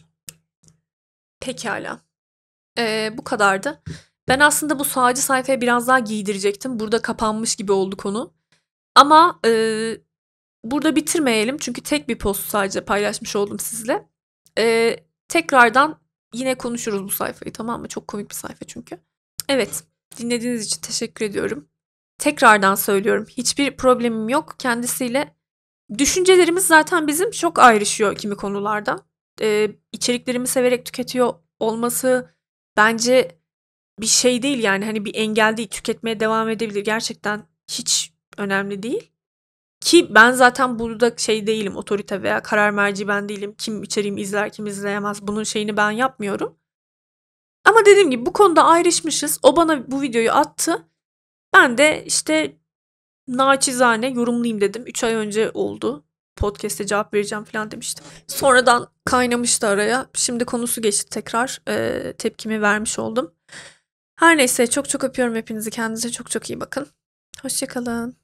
Pekala. Bu kadardı. Ben aslında bu sağcı sayfaya biraz daha giydirecektim. Burada kapanmış gibi oldu konu. Ama burada bitirmeyelim. Çünkü tek bir post sadece paylaşmış oldum sizle. Tekrardan yine konuşuruz bu sayfayı, tamam mı? Çok komik bir sayfa çünkü. Evet, dinlediğiniz için teşekkür ediyorum. Tekrardan söylüyorum. Hiçbir problemim yok kendisiyle. Düşüncelerimiz zaten bizim çok ayrışıyor kimi konularda. İçeriklerimi severek tüketiyor olması bence bir şey değil yani hani bir engel değil. Tüketmeye devam edebilir. Gerçekten hiç önemli değil. Ki ben zaten burada şey değilim, otorite veya karar merci ben değilim. Kim içeriğimi izler, kim izleyemez. Bunun şeyini ben yapmıyorum. Ama dediğim gibi bu konuda ayrışmışız. O bana bu videoyu attı. Ben de işte naçizane yorumlayayım dedim. 3 ay önce oldu. Podcast'te cevap vereceğim falan demiştim. Sonradan kaynamıştı araya. Şimdi konusu geçti tekrar. Tepkimi vermiş oldum. Her neyse çok çok öpüyorum hepinizi. Kendinize çok çok iyi bakın. Hoşça kalın.